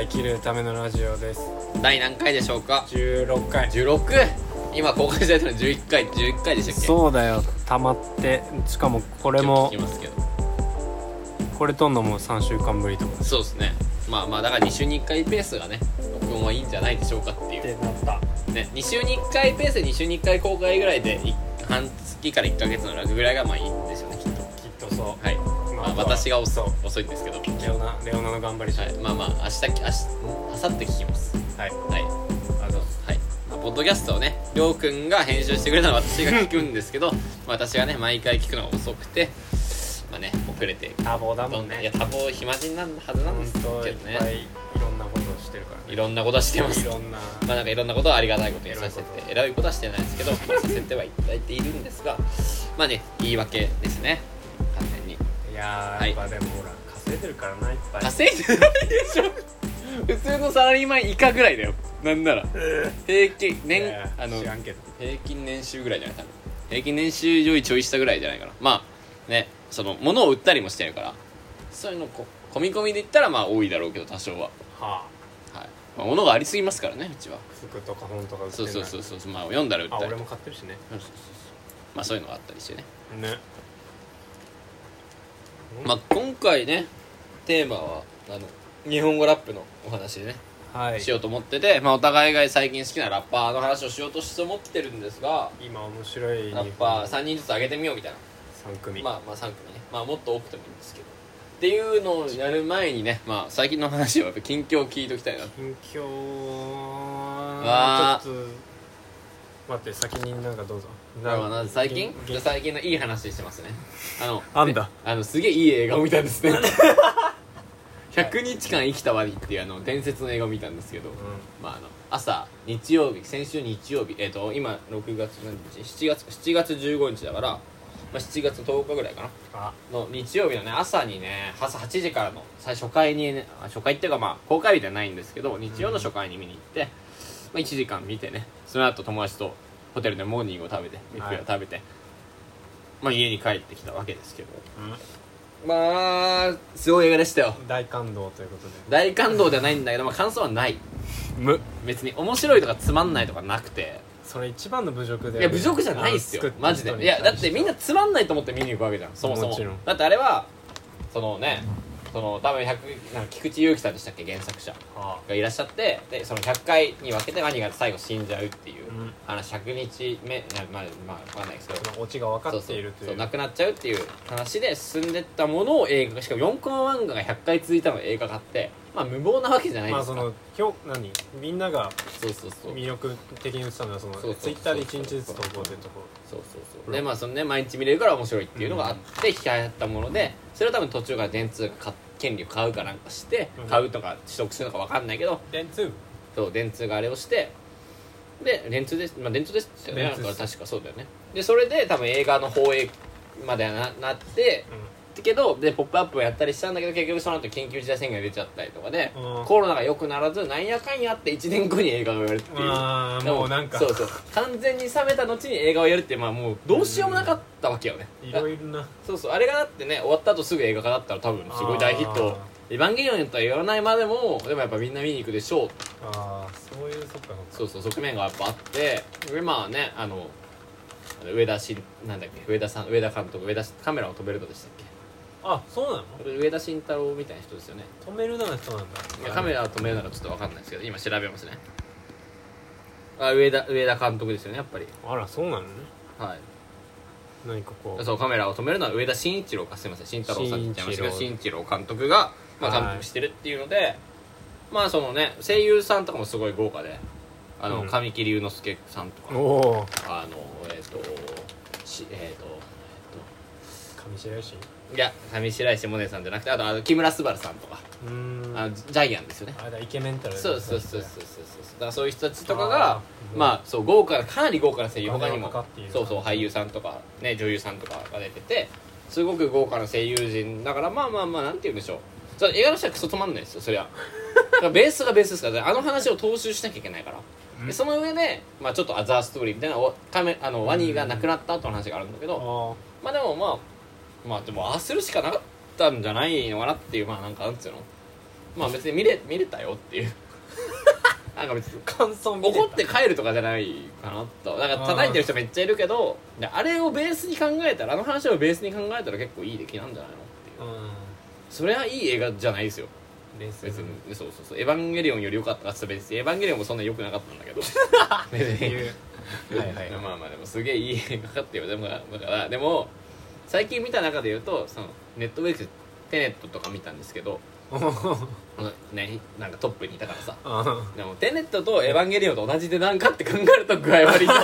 きるためのラジオです。 第何回でしょうか。 16回。 16。今公開されたの11回でしたっけ。 そうだよ、溜まって。しかもこれも聞きますけど、 これ撮んのも3週間ぶりとかそうですね。まあだから2週に1回ペースがね、録音はいいんじゃないでしょうかっていうってなったね。2週に1回ペースで2週に1回公開ぐらいで半月から1ヶ月のラグぐらいがまあいいんですよね、きっと。 きっとそう。 はい。まあ私が遅そういんですけど、 レオナの頑張りしはい。まあ明後日聞きます。 はいはい。はい。まあポッドキャストをね、りょうくんが編集してくれたのは私が聞くんですけど私がね毎回聞くのが遅くて、まあね遅れて多忙だもんね。 いや多忙暇人なんはずなんですけどいっぱいね。 いろんなことをしてるからね。 いろんなことしてます。 いろんなまあなんかいろんなことはありがたいことにさせて、偉いことはしてないですけど、まあ、させてはいただいているんですが、まあね言い訳ですね、完全に。 いやー、 はいやっぱでもほら稼いでるからな、いっぱい。 稼いでないでしょ普通のサラリーマン以下ぐらいだよ、なんなら平均年いや知らんけど。 平均年収ぐらいじゃない、多分平均年収よりちょい下ぐらいじゃないかな。まあね、その物を売ったりもしてるから、そういうの込み込みで言ったらまあ多いだろうけど、多少は。 ははい。まあ、物がありすぎますからね、うちは。 服とか本とか売ってそうない。 そうまあ読んだら売ったり。 あ、俺も買ってるしね。 そうまあそういうのがあったりしてね。 ね。 まあ今回ねテーマは日本語ラップのお話でね、 はい。 しようと思ってて、まあお互いが最近好きなラッパーの話をしようとして思ってるんですが、 今面白いラッパー3人ずつ挙げてみようみたいな。 3組。 まあ3組ね、まあもっと多くてもいいんですけどっていうのをやる前にね、まあ最近の話をやっぱ近況を聞いときたいな。 近況わーちょっと待って、先になんかどうぞ。 まあ最近げ最近のいい話してますね。 あんだすげえいい映画を見たんですね100日間生きたワニっていう伝説の映画を見たんですけど、まあ朝日曜日、先週日曜日、今6月何日、7月15日だから、まあ、7月10日ぐらいかなあの日曜日のね朝にね、朝8時からの初回にね、初回っていうかまあ公開日ではないんですけど、日曜の初回に見に行って、まあ、1時間見てね、その後友達とホテルでモーニングを食べてビュッフェを食べて、まあ、家に帰ってきたわけですけど、まあすごい映画でしたよ。 大感動ということで。 大感動ではないんだけど、まあ、感想はない。別に面白いとかつまんないとかなくて、 それ一番の侮辱で。 いや侮辱じゃないっすよマジで。いやだってみんなつまんないと思って見に行くわけじゃん、そもそも。 もちろんだってあれはそのね、多分なんか菊池悠希さんでしたっけ、原作者がいらっしゃって、でその100回に分けてワニが最後死んじゃうっていう話、100日目まあ分かんないですけど、 そのオチが分かっているという。 そう亡くなっちゃうっていう話で進んでったものを映画化、しかも4コマ漫画が100回続いたのを映画化って、まあ無謀なわけじゃないですか。 まあそのみんながそう魅力的に言ってたのはそのそうツイッターで1日ずつ投稿というとこそうでまあそのね毎日見れるから面白いっていうのがあって引き流行ったもので、それを多分途中から電通が権利を買うかなんかして、買うとか取得するのか分かんないけど、 電通そう電通があれをしてで電通ですよね、 電通なんか確かそうだよね。でそれで多分映画の放映までなってけど、でポップアップをやったりしたんだけど、結局その後緊急事態宣言が出ちゃったりとかで、コロナが良くならずなんやかんやって1年後に映画をやるっていう。でもうなんかそう完全に冷めた後に映画をやるって、まあもうどうしようもなかったわけよね。 いろいろな。 そうあれがだってね、終わった後すぐ映画化だったら多分すごい大ヒット、エヴァンゲリオンとは言わないまでもやっぱみんな見に行くでしょう。 そういうそう側面がやっぱあって、でまあね上田なんだっけ、上田監督、カメラを止めるのでしたっけ。 そうなの。 上田慎太郎みたいな人ですよね。 止めるなの人なんだ。 いやカメラを止めるのかちょっと分かんないですけど、今調べますね。上田監督ですよね、やっぱり。 あら、そうなのね。 はい。 何かこう。 そうカメラを止めるのは上田慎一郎か、すいません慎太郎さんって言っちゃいましたけど、慎一郎監督が、まあ、監督してるっていうので、まあそのね声優さんとかもすごい豪華で、神木隆之介さんとか、 上白石。 いや上白石萌音さんじゃなくて、あと木村昴さんとか、ジャイアンですよね。 イケメンタル。 そうだからそういう人たちとかがまあそう豪華な、かなり豪華な声優、他にも俳優さんとかね、女優さんとかが出てて、すごく豪華な声優陣だから、まあなんて言うんでしょう、映画の人はクソつまんないですよ、そりゃ。だからベースですから、あの話を踏襲しなきゃいけないから、でその上で、まあ、ちょっとアザーストーリーみたいなワニが亡くなった後の話があるんだけど、まあでもまあでもああするしかなかったんじゃないのかなっていう、まあなんかなんつうの、 まあ別に見れたよっていうなんか別に感想見れた怒って帰るとかじゃないかなと。だから叩いてる人めっちゃいるけど、あれをベースに考えたら、あの話をベースに考えたら結構いい出来なんじゃないのっていう、それはいい映画じゃないですよ別に。そうエヴァンゲリオンより良かったかって言ったら別にエヴァンゲリオンもそんな良くなかったんだけど別にはいまあまあでもすげえいい映画かっていう。でもだからでも最近見た中で言うと、そのネットフリックステネットとか見たんですけどね、なんかトップにいたからさでもテネットとエヴァンゲリオンと同じでなんかって考えると具合悪いなと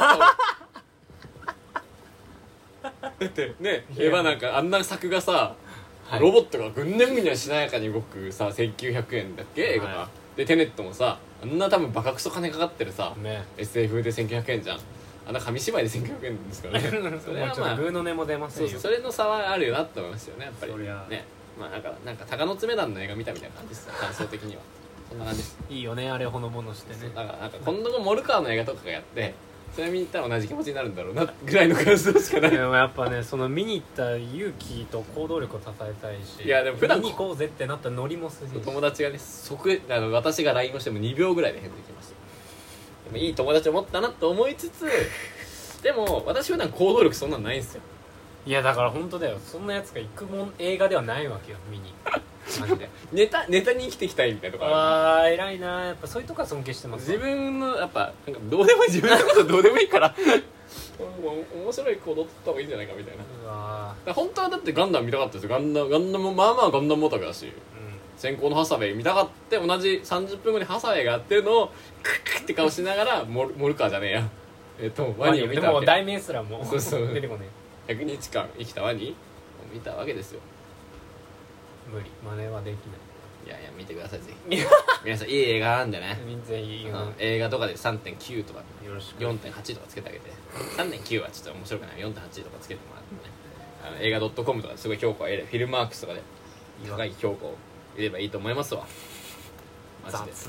だってね、エヴァなんかあんな作がさ、はい、ロボットがぐんねんぐにゃしなやかに動くさ1900円だっけ映画が、はい、でテネットもさあんな多分バカクソ金かかってるさ、ね、SF で1900円じゃん。あんな紙芝居で1900円ですからねそれはまあグーの音も出ませんよ。そうそれの差はあるよなって思いますよねやっぱりね。まあなんか鷹の爪団の映画見たみたいな感じです感想的にはそんな感じです。いいよねあれほのぼのしてね。だからなんか今度モルカーの映画とかがやってそれ見に行ったら同じ気持ちになるんだろうなぐらいの感想しかない。でもやっぱねその見に行った勇気と行動力を称えたいし、いやでも普段見に行こうぜってなったノリもするし、友達がね私が LINE をしても2秒ぐらいで返事きました。でもいい友達を持ったなと思いつつでも私普段行動力そんなんないんですよ。いやだから本当だよ。そんなやつが行くもん映画ではないわけよ見にマジでネタに生きていきたいみたいなとこある。偉いな。やっぱそういうとこは尊敬してます。自分のやっぱなんかどうでもいい自分のことどうでもいいから面白い行動取った方がいいんじゃないかみたいな。うわ本当はだってガンダム見たかったですよ。ガンダムもまあまあガンダムオタクだし、先行のハサウェイ見たかって同じ30分後にハサウェイがやってるのをクックって顔しながらモルカーじゃねえやワニを見たわけ。でも題名すらもうそう出てこねえ。100日間生きたワニを見たわけですよ。無理真似はできない。いや見てくださいぜひ皆さんいい映画なんでねぜひ、映画とかで 3.9 とか 4.8 とかつけてあげて 3.9 はちょっと面白くない 4.8 とかつけてもらってね映画 .com とかですごい評価を得るフィルマークスとかで高い評価を入れればいいと思いますわマジで。雑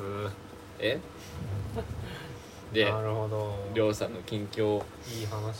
でなるほど。りょうさんの近況いい話だな。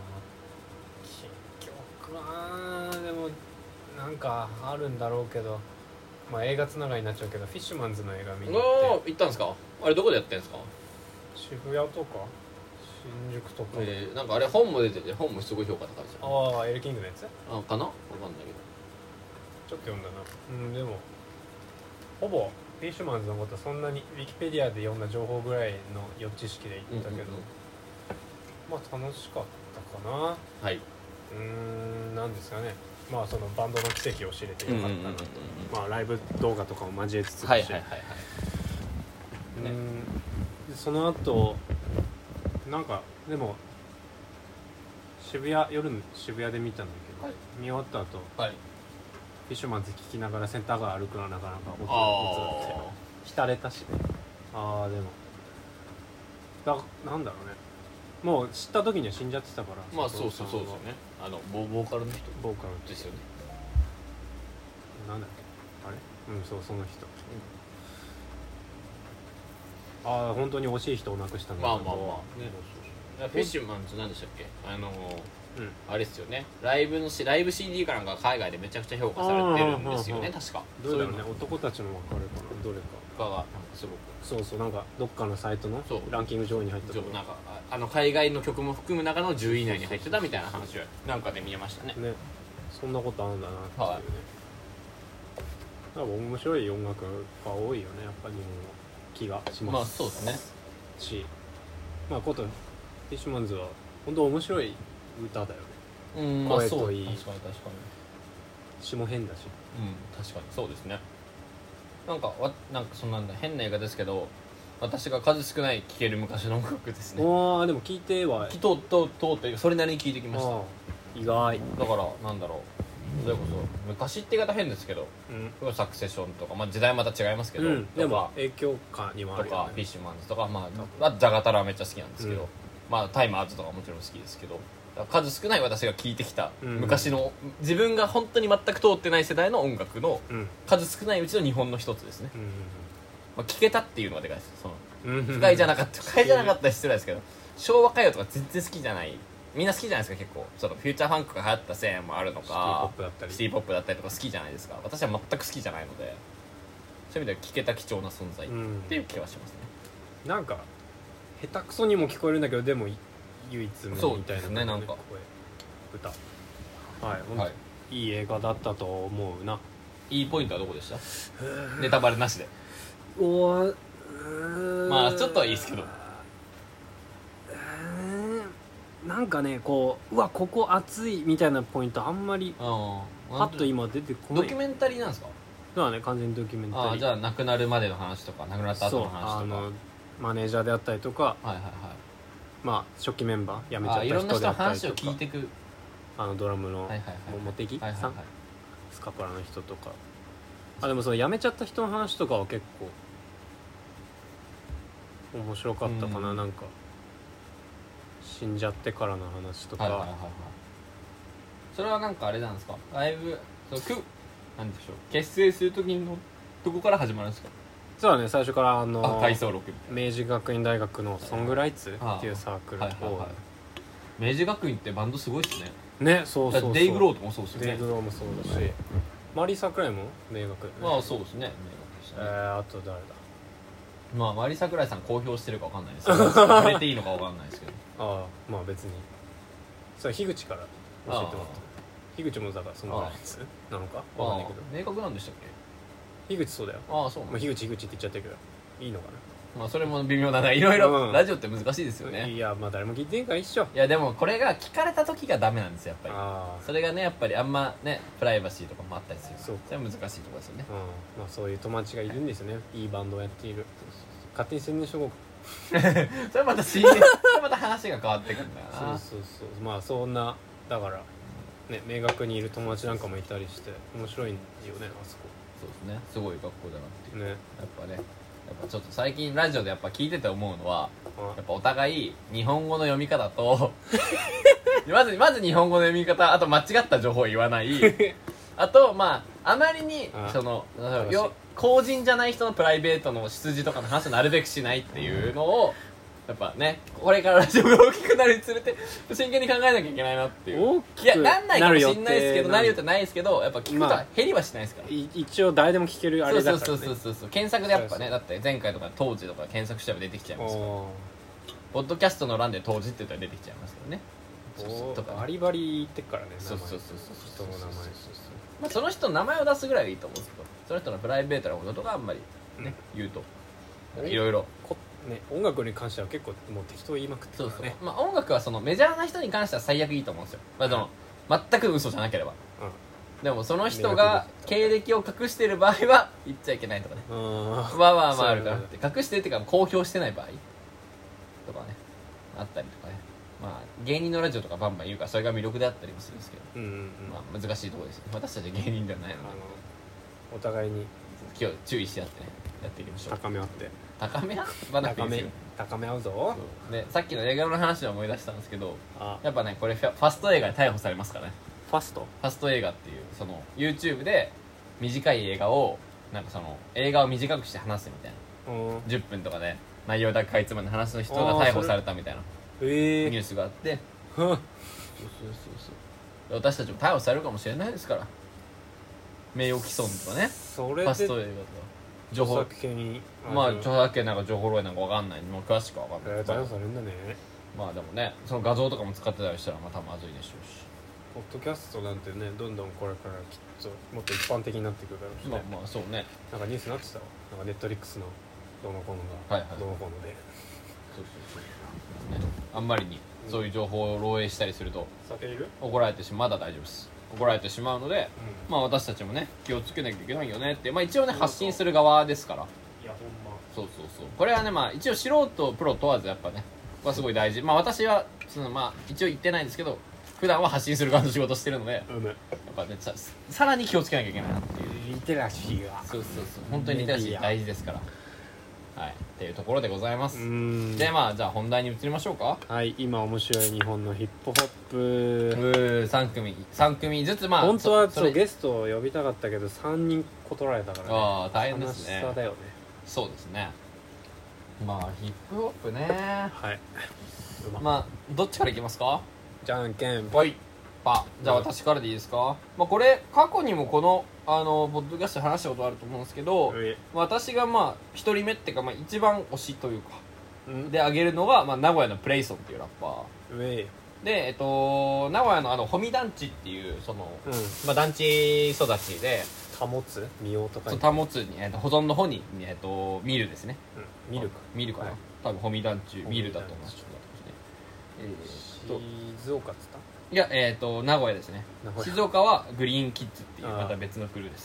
近況かでもなんかあるんだろうけど、まあ映画つながりになっちゃうけどフィッシュマンズの映画見に行って。行ったんですか。あれどこでやってんですか。渋谷とか新宿とか、なんかあれ本も出てて本もすごい評価高いですよ、ね、ああエルキングのやつかなわかんないけどちょっと読んだな。でもほぼフィッシュマンズのことはそんなにウィキペディアで読んだ情報ぐらいの予知識で言ったけど、まあ楽しかったかな。はいなんですかね。まあそのバンドの奇跡を知れてよかったなと。まあライブ動画とかも交えつつだし、その後なんかでも夜の渋谷で見たんだけど、見終わった後、フィッシュマンズ聴きながらセンター街歩くのはなかなか音がって浸れたしね。でもなんだろうね。もう知った時には死んじゃってたから。まあそうですよね。ボーカルの人ですよね。なんだっけあれそうその人、本当に惜しい人を亡くしたんだけど。フィッシュマンズなんでしたっけあれですよね。ライブ CD かなんか海外でめちゃくちゃ評価されてるんですよね確か。どうだろうね。男たちの分かるかなどれかがなんかすごくそうなんかどっかのサイトのランキング上位に入ったところなんか海外の曲も含む中の10位以内に入ってたみたいな話はなんかで見えましたね。そんなことあるんだなっていうね。多分面白い音楽が多いよねやっぱり日本は気がします。まあそうですねし、ことフィッシュマンズは本当面白い歌だよね。声といい、確かに詞も変だし、確かにそうですね。なんかそんなんだ変な映画ですけど私が数少ない聴ける昔の音楽ですね。でも聴いては通ってそれなりに聴いてきました。意外だからなんだろうそれこそ昔って言い方変ですけど、サクセションとか、時代また違いますけど、でも影響下にもあるよね。とかフィッシュマンズとかザガタラはめっちゃ好きなんですけど、タイムアウトとかもちろん好きですけど数少ない私が聴いてきた昔の自分が本当に全く通ってない世代の音楽の数少ないうちの日本の一つですね。聴けたっていうのがでかいです。不快じゃなかったら失礼ですけど昭和歌謡とか全然好きじゃない。みんな好きじゃないですか結構。フューチャーファンクが流行ったせいもあるのかシティポップだったりとか好きじゃないですか。私は全く好きじゃないのでそういう意味では聞けた貴重な存在っていう気はしますね、 なんか下手くそにも聞こえるんだけどでも唯一無二みたいな、 そうですねなんか声歌はいいい映画だったと思うな。 いいポイントはどこでした？ネタバレなしで。まあちょっとはいいですけど、 なんかねここ熱いみたいなポイントあんまりパッと今出てこない。 ドキュメンタリーなんですか？ そうだね、完全にドキュメンタリー。 じゃあ亡くなるまでの話とか亡くなった後の話とか、 マネージャーであったりとか、 はいはいはい、 まあ初期メンバー辞めちゃったいろんな人の人であったり話をとか、 聞いていく、 ドラムのはいはいはい茂木はいはいはいさん、スカパラの人とか、でもその辞めちゃった人の話とかは結構面白かったかな、なんか死んじゃってからの話とか、 はいはいはいはい、それはなんかあれなんですか？ライブなんでしょう、結成する時のどこから始まるんですか？ そうだね、最初から体操録明治学院大学のソングライツっていうサークルを、 はいはいはい、明治学院ってバンドすごいっすね。 ね、そうそうそう、 デイグローともそうですよね。 デイグローもそうだし、マリー桜井も明学、ね、 そうですね、明学でしたね。 あと誰だ、 マリー桜井さん公表してるかわかんないですけど触れていいのかわかんないですけどまあ別にそれ樋口から教えてもらった。樋口もだからそのやつなのかわかんないけど、 明確なんでしたっけ？ 樋口そうだよ。 そうなん、 樋口って言っちゃったけどいいのかな。 それも微妙だな、いろいろ、ラジオって難しいですよね。 いやまあ誰も聞いてんから一緒。 いやでもこれが聞かれた時がダメなんですよやっぱり。それがねやっぱりあんまねプライバシーとかもあったりする。それは難しいところですよね。 まあそういう友達がいるんですよね、いいバンドをやっている。勝手に宣伝しとこうかそれまた CM それまた話が変わってくるんだよな。 そうまあそんなだからね、明学にいる友達なんかもいたりして面白いんよね、あそこ。 そうですね、すごい学校だなっていうね。 やっぱちょっと最近ラジオでやっぱ聞いてて思うのは、やっぱお互い日本語の読み方とまず日本語の読み方、あと間違った情報を言わないあとあまりに公人じゃない人のプライベートの出自とかの話をなるべくしないっていうのをやっぱね、これからラジオが大きくなるにつれて真剣に考えなきゃいけないなっていう。 大きくなんないかもしんないですけど、なるよってないですけど、やっぱ聞くとは減りはしないですから、 一応誰でも聞けるあれだからね。 そう検索でやっぱね、だって前回とか当時とか検索したら出てきちゃいますから、ポッドキャストの欄で当時って言ったら出てきちゃいますけどね。 とかバリバリ言ってっからね、 そう人の名前。 その人の名前を出すぐらいはいいと思うんですけど、その人のプライベートなこととかあんまりね、言うといろいろね、音楽に関しては結構もう適当言いまくってるからね。 音楽はそのメジャーな人に関しては最悪いいと思うんですよ、全く嘘じゃなければ、でもその人が経歴を隠している場合は言っちゃいけないとかね、あるからって隠してるっていうか公表してない場合とかねあったりとかね、芸人のラジオとかバンバン言うからそれが魅力であったりもするんですけど、難しいところですよ。私たちは芸人ではないので、 お互いに今日注意し合ってねやっていきましょう。 高め合って高め合わなくていいですよ。 高め合うぞ。 でさっきの映画の話で思い出したんですけど、やっぱねこれファスト映画で逮捕されますからね。 ファスト映画っていうその YouTube で短い映画をなんかその映画を短くして話すみたいな、10分とかで内容だけかいつまんで話す人が逮捕されたみたいなニュースがあって、私たちも逮捕されるかもしれないですから、名誉毀損とかね、 それでファスト映画とか情報著作権に著作権なんか情報漏洩なんか分かんない、もう詳しくは分かんない、 逮捕されるんだね。 でもねその画像とかも使ってたりしたらまたまずいでしょうし、 ポッドキャストなんてねどんどんこれからきっともっと一般的になってくるだろうしね。 そうね、 なんかニュースになってたわ、なんかネットリックスのどうのこうのがどうのこうので、 ね、あんまりにそういう情報を漏洩したりすると怒られてまだ大丈夫です、怒られてしまうので、私たちもね気をつけなきゃいけないよねって、一応ね発信する側ですから、 いやほんまそうこれはね一応素人プロ問わずやっぱねはすごい大事。私はその一応言ってないんですけど普段は発信する側の仕事してるので、やっぱねさらに気をつけなきゃいけないなっていう、 リテラシーが本当にリテラシー大事ですから、っていうところでございます。でじゃあ本題に移りましょうか。 はい、今面白い日本のヒップホップ 3組ずつ本当はゲストを呼びたかったけど3人断られたからね。 大変ですね。 悲しさだよね。 そうですね。ヒップホップね、どっちからいきますか。 じゃんけんぽいパ。じゃあ私からでいいですか。これ過去にもこのポッドキャストで話したことあると思うんですけど、私がまあ一人目っていうか、まあ、一番推しというかで挙げるのが、まあ、名古屋のプレイソンっていうラッパーで、名古屋の保見団地っていうその、まあ、団地育ちで保つ見ようとか保つに、保存の方に、見るですね、 見るか見るかな、はい、多分保見団地見るだと思います。 静岡っつった？ いや、名古屋ですね。静岡はグリーンキッズっていうまた別のクルーです。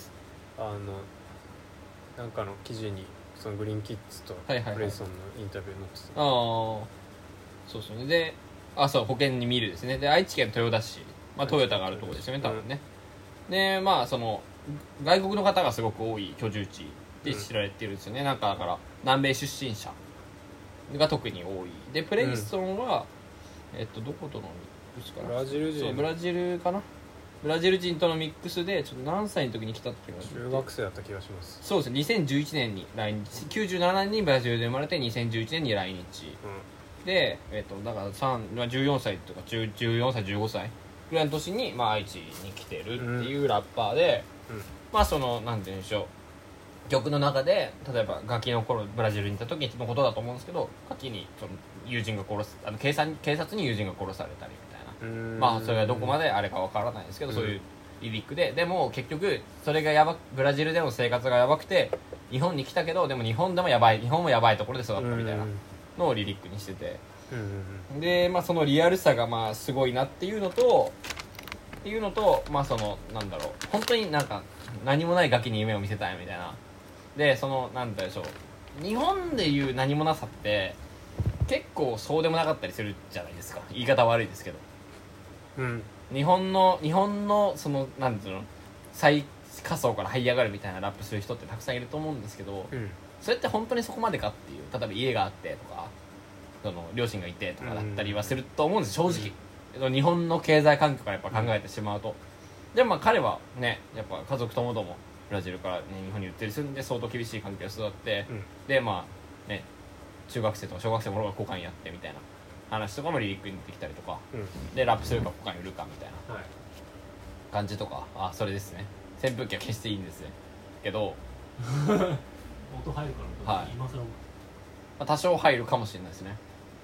なんかの記事にそのグリーンキッズとプレイソンのインタビュー載ってた、 ああそうですね。でそう保険に見るですね。で愛知県豊田市、まあ、トヨタがあるところですよね多分ね、でまあその外国の方がすごく多い居住地で知られてるんですよね、なんかだから南米出身者が特に多いで、プレイソンは、どことのミックスかな、 ブラジル人、 そうブラジルかな、ブラジル人とのミックスでちょっと何歳の時に来たっていうのが中学生だった気がします。 そうですね、2011年に来日、97年にブラジルで生まれて2011年に来日、で、だから14歳とか14歳15歳ぐらいの年に、まあ、愛知に来てるっていうラッパーで、まあそのなんて言うんでしょう、曲の中で例えばガキの頃ブラジルにいた時のことだと思うんですけど、ガキにその友人が警察に友人が殺されたりみたいな、まあそれがどこまであれかわからないですけど、そういうリリックでも結局それがブラジルでの生活がやばくて日本に来たけど、でも日本もやばいところで育ったみたいなのをリリックにしてて、でまあそのリアルさがまあすごいなっていうのとまあそのなんだろう、本当になんか何もないガキに夢を見せたいみたいな、でそのなんだでしょう、日本でいう何もなさって結構そうでもなかったりするじゃないですか、言い方悪いですけど、日本のそのなんていうの最下層から這い上がるみたいなラップする人ってたくさんいると思うんですけど、それって本当にそこまでかっていう、例えば家があってとかその両親がいてとかだったりはすると思うんです正直、日本の経済環境からやっぱ考えてしまうと、でもまあ彼はねやっぱ家族ともどもブラジルから、ね、日本に売ってる住んで相当厳しい環境で育って、でまあね中学生とか小学生ものがコカインやってみたいな話とかもリリックに出てきたりとか、でラップするかコカイン売るかみたいな感じとか、それですね、扇風機は消していいんですねけど音入るからはい、多少入るかもしれないですね、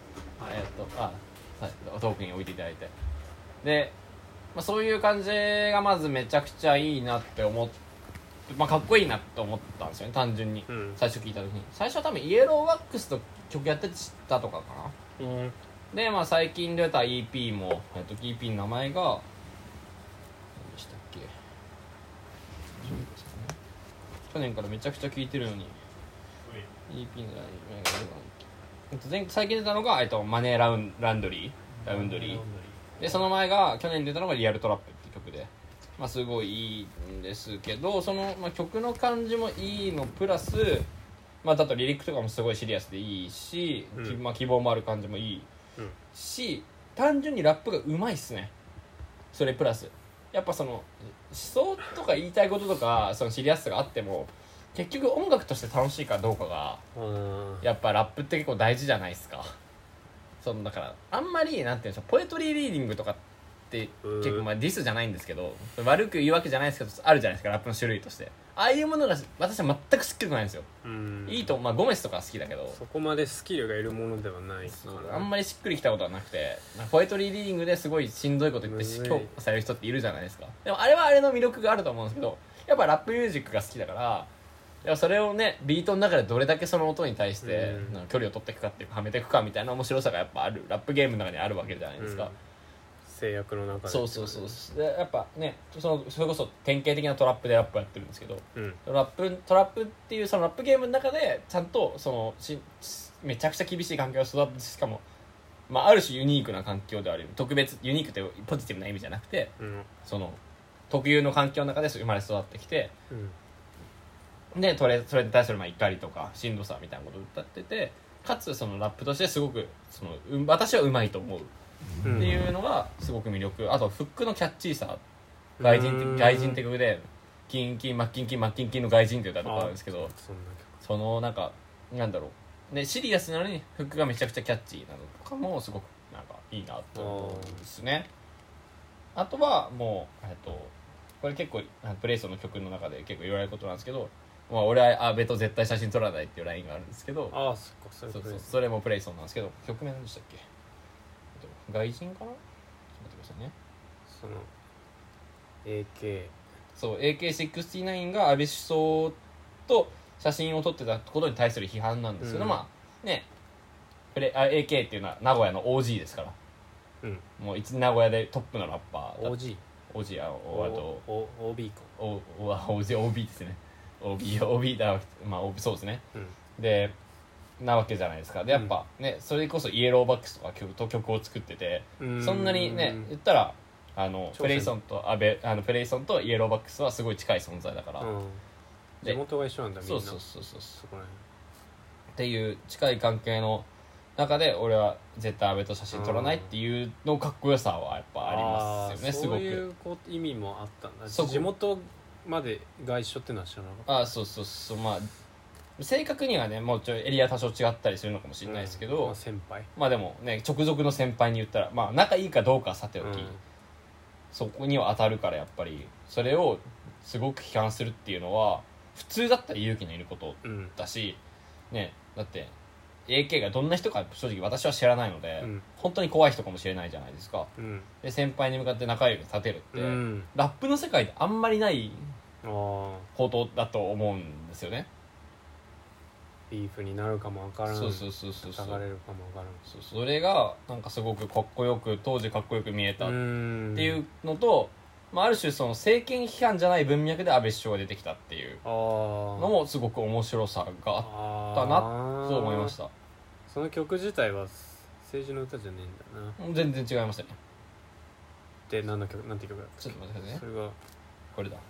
遠くに置いていただいて、で、まあ、そういう感じがまずめちゃくちゃいいなって思って、まあ、かっこいいなって思ったんですよね単純に、最初聞いた時に。最初は多分イエローワックスと曲やってて知ったとかかな、でまあ最近出た EP も、EP の名前が何でしたっけ、去年からめちゃくちゃ聴いてるのに EP の最近出たのが、マネーラウンドリーで、その前が去年出たのがリアルトラップって曲で、まあ、すごいいいんですけど、その、まあ、曲の感じもいいのプラス、まあ、だとリリックとかもすごいシリアスでいいし、まあ、希望もある感じもいいし、単純にラップがうまいっすね。それプラスやっぱその思想とか言いたいこととかそのシリアスさがあっても結局音楽として楽しいかどうかがやっぱラップって結構大事じゃないですか。そのだからあんまりなんていうんでしょう、ポエトリーリーディングとかって結構まあディスじゃないんですけど、悪く言うわけじゃないですけどあるじゃないですか、ラップの種類として。ああいうものが私は全く好きくないんですよ。いいと、まあゴメスとか好きだけどそこまでスキルがいるものではないからあんまりしっくりきたことはなくて、ポエトリーリーディングですごいしんどいこと言って評価される人っているじゃないですか。でもあれはあれの魅力があると思うんですけど、やっぱラップミュージックが好きだから、やっぱそれをねビートの中でどれだけその音に対して距離を取っていくかっていうかはめていくかみたいな面白さがやっぱある、ラップゲームの中にあるわけじゃないですか、 制約の中で。 そうでやっぱねそれこそ典型的なトラップでラップやってるんですけど、トラップっていうそのラップゲームの中でちゃんとそのめちゃくちゃ厳しい環境を育って、しかも、まあ、ある種ユニークな環境である、特別ユニークってポジティブな意味じゃなくて、その特有の環境の中で生まれ育ってきて、でそれに対するまあ怒りとかしんどさみたいなことを歌ってて、かつそのラップとしてすごくその私はうまいと思うっていうのがすごく魅力。あとフックのキャッチーさ、外人って曲でキンキンマッキンキンマッキンキンの外人って歌とかあるんですけど、そのなんかなんだろうね、シリアスなのにフックがめちゃくちゃキャッチーなのとかもすごくなんかいいなと思うんですね。あとはもうこれ結構プレイソンの曲の中で結構言われることなんですけど、まあ、俺は阿部と絶対写真撮らないっていうラインがあるんですけど、 ああそっかそれそうそれもプレイソンなんですけど、曲名何でしたっけ、外人かな、ちょっと待ってくださいね。 その AK そう AK69 が安倍首相と写真を撮ってたことに対する批判なんですけど、まあねAK っていうのは名古屋の OG ですから、もう名古屋でトップのラッパー OG は OB か OB ですね OB だ、まあ OB そうですね、でなわけじゃないですか。でやっぱね、それこそイエローバックスとか曲を作ってて、そんなにね言ったらプレイソンとプレイソンとイエローバックスはすごい近い存在だから、 地元が一緒なんだみんな。 そうそこらっていう近い関係の中で俺は絶対安倍と写真撮らないっていうのかっこよさはやっぱありますよね。すごくそういう意味もあったんだ。地元までが一緒ってのは知らなかった。 そうまあ正確にはねもうちょいエリア多少違ったりするのかもしれないですけど、 まあ、先輩まあでもね直属の先輩に言ったらまあ仲いいかどうかはさておき、そこには当たるからやっぱりそれをすごく批判するっていうのは普通だったら勇気のいることだし、ね、だって AK がどんな人か正直私は知らないので、本当に怖い人かもしれないじゃないですか、で先輩に向かって仲良く立てるって、ラップの世界であんまりないことだと思うんですよね。 ビーフになるかもわからん、 そう叩かれるかもわからん、 それがなんかすごくかっこよく当時かっこよく見えたっていうのと、まあ、ある種その政権批判じゃない文脈で安倍首相が出てきたっていうのもすごく面白さがあったなと思いました。 その曲自体は政治の歌じゃねえんだな。 全然違いますよね。 でなんて曲だったっけ。 ちょっと待ってくださいね。 それがこれだ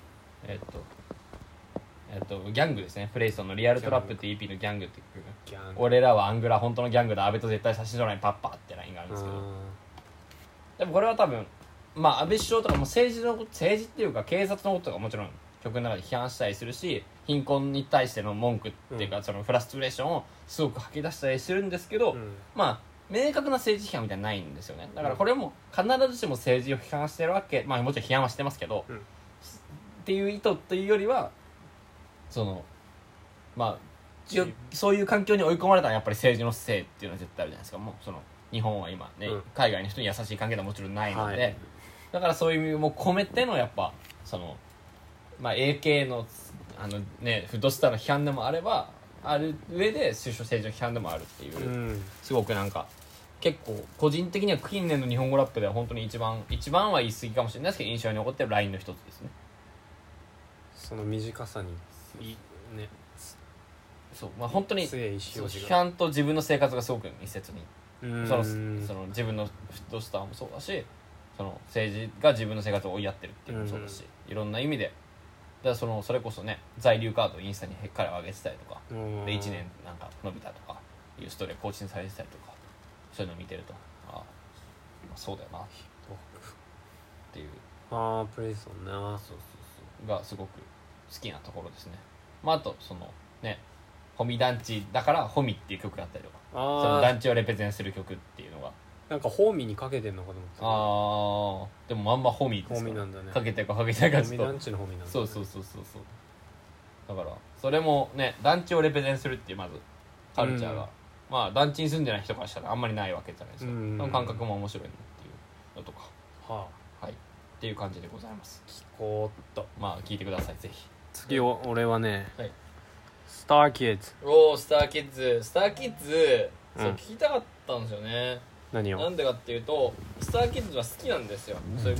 ギャングですね。プレイソンのリアルトラップって EP のギャングって曲、俺らはアングラ本当のギャングだ、安倍と絶対差し撮らないパッパーってラインがあるんですけど、でもこれは多分まあ安倍首相とかも政治っていうか警察のこととかもちろん曲の中で批判したりするし、貧困に対しての文句っていうか、そのフラストレーションをすごく吐き出したりするんですけど、まあ明確な政治批判みたいなのないんですよね。だからこれも必ずしも政治を批判してるわけ、まあもちろん批判はしてますけど、っていう意図というよりはそのまあそういう環境に追い込まれたのはやっぱり政治のせいっていうのは絶対あるじゃないですか。もうその日本は今ね、海外の人に優しい関係ではもちろんないので、だからそういう意味も込めてのやっぱその、まあ、AK のねフットスターの批判でもあればある上で首相政治の批判でもあるっていう、すごくなんか結構個人的には近年の日本語ラップでは本当に一番は言い過ぎかもしれないですけど印象に残ってるラインの一つですね。 その短さにね、 そうまあ本当に批判と自分の生活がすごく密接にその自分のフットスターもそうだし、その政治が自分の生活を追いやってるっていうのもそうだし、いろんな意味でだからそれこそね在留カードをインスタに彼を上げてたりとかで1年なんか伸びたとかいうストーリー更新されてたりとか、そういうのを見てるとまあ、そうだよなっていうプレイソンね、 がすごく好きなところですね。まあ、あとそのねホミ団地だからホミっていう曲があったりとか、その団地をレペゼンする曲っていうのがなんかホーミーにかけてんのかと思ってでもまんまホミですから、 ホミなんだね、 かけてるかかけてないかちょっとホミ団地のホミなんだ、ね、 そうだからそれもね団地をレペゼンするっていうまずカルチャーが、まあ団地に住んでない人からしたらあんまりないわけじゃないですか、その感覚も面白いなっていうのとかはいっていう感じでございます。 聞こうっとまあ聞いてくださいぜひ。 次俺はね、スターキッズ。 スターキッズそう聞きたかったんですよね。 何をなんでかっていうとスターキッズは好きなんですよ、そういう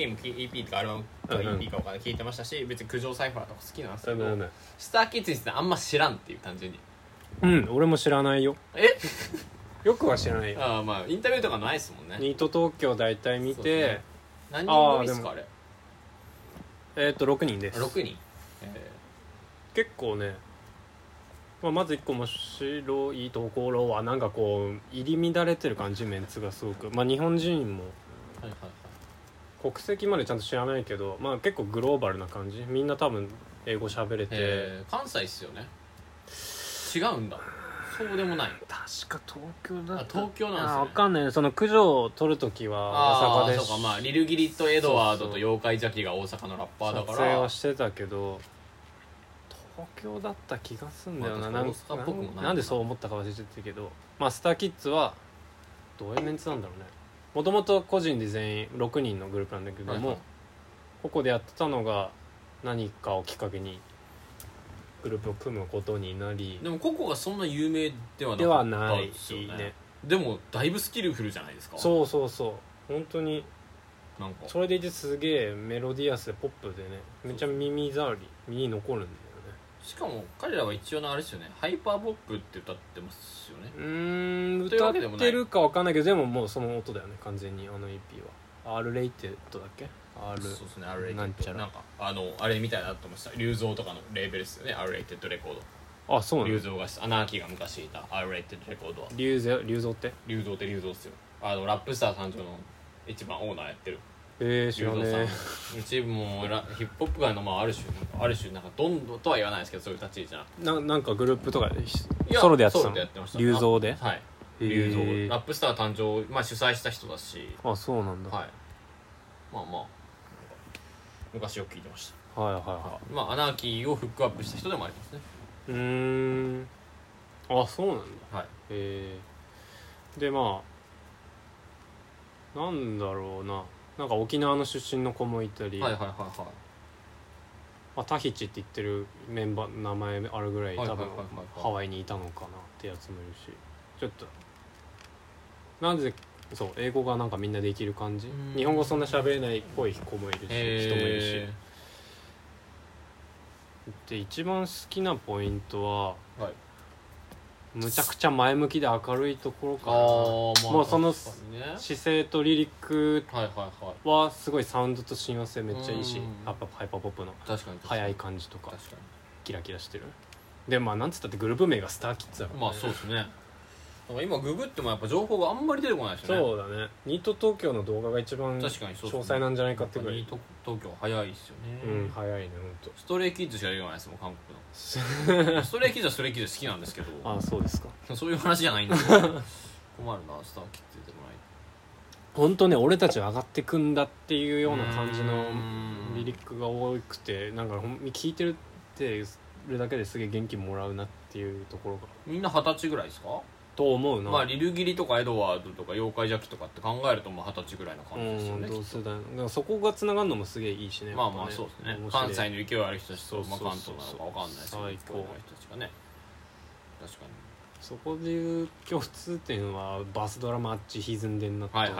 EP とかアルバムとか EP か聞いてましたし、別に九条サイファーとか好きなんですけど、スターキッズについてあんま知らんっていう単純に。 俺も知らないよ。よくは知らないよ。 まあインタビューとかないですもんね。 ニート東京大体見て、 何人組ですかあれ。 6人です。 6人、 結構ね、まず1個面白いところはなんかこう入り乱れてる感じ、メンツがすごく、日本人も国籍までちゃんと知らないけど、結構グローバルな感じ、みんな多分英語喋れて、 関西っすよね。違うんだ。 そうでもない。 確か東京だった。 東京なんですね。 分かんない。その駆除を取るときは大阪で、 そうか、まあリルギリとエドワードと妖怪ジャキが大阪のラッパーだから撮影はしてたけど、東京だった気がすんだよな。なんでそう思ったか忘れちゃったけど、まあスターキッズはどういうメンツなんだろうね。もともと個人で全員6人のグループなんだけども、ここでやってたのが何かをきっかけにグループを組むことになり。 でもココがそんな有名ではなかったですよね。でもだいぶスキルフルじゃないですか。 そう本当になんかそれでいてすげえメロディアスでポップでね、めっちゃ耳障り、耳に残るんだよね。しかも彼らは一応のあれですよね、ハイパーポップって歌ってますよね。 歌ってるかわかんないけど、でももうその音だよね完全に。あの EP は R レイテッドだっけ。 そうですね、R レイテッドなんかあれみたいなと思ってた。龍造とかのレーベルですよね、 R レイテッドレコード。 あ、そうなの。 龍造がアナーキーが昔いた R レイテッドレコードは龍造って龍造っすよ。ラップスター誕生の一番オーナーやってる知らねえ。 うちもヒップホップ界のある種なんかどんどんとは言わないですけど、そういう立ち位置じゃなんかグループとかでソロでやってたの。龍造で。 はい、龍造ラップスター誕生、主催した人だし。 あ、そうなんだ。 はい、昔よく聞いてました。 はい。 アナーキーをフックアップした人でもありますね。 あ、そうなんだ。 はい。 でなんだろうな、なんか沖縄の出身の子もいたり、タヒチって言ってるメンバー名前あるぐらい、多分ハワイにいたのかなってやつもいるし、ちょっとなんでそう英語がなんかみんなできる感じ。日本語そんな喋れないっぽい子もいるし、人もいるし。で一番好きなポイントは、むちゃくちゃ前向きで明るいところかな。もうその姿勢とリリックはすごいサウンドと親和性めっちゃいいし、ハイパーポップの速い感じとかキラキラしてる。でなんつったってグループ名がスターキッズだから、 そうですね。今ググってもやっぱ情報があんまり出てこないですよね。 そうだね。ニート東京の動画が一番詳細なんじゃないかってぐらい。 ニート東京早いですよね。 早いね本当。 ストレイキッズしか言わないですもん、韓国の。ストレイキッズはストレイキッズ好きなんですけど。 あ、そうですか。 そういう話じゃないんですよ。困るな、スターキッズ出てこない。 本当ね、俺たちは上がってくんだっていうような感じのリリックが多くて、なんか聞いてるだけですげえ元気もらうなっていうところが。 みんな20歳ぐらいですかと思うな。 リルギリとかエドワードとか妖怪ジャキとかって考えると20歳ぐらいの感じですよね。 同世代のだからそこがつながるのもすげえいいしね。 そうですね。関西の勢いある人たちと関東なのか分かんないですけど、勢いのある人たちがね。確かにそこでいう共通点はバスドラマッチ歪んでんなと。ス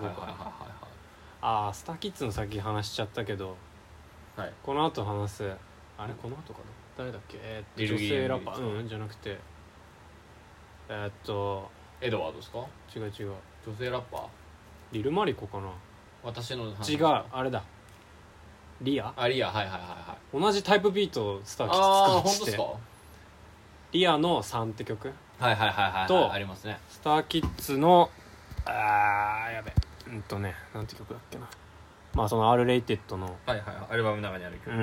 ターキッズの先話しちゃったけど、この後話すこの後かな、誰だっけ。女性ラッパーじゃなくてエドワードですか。 違う女性ラッパーリルマリコかな。 私の違う、あれだ、リア。 リア、 同じタイプビートをスターキッズ作ってて、リアの3って曲とありますね。 スターキッズのやべなんて曲だっけな。その R レイテッドのアルバムの中にある曲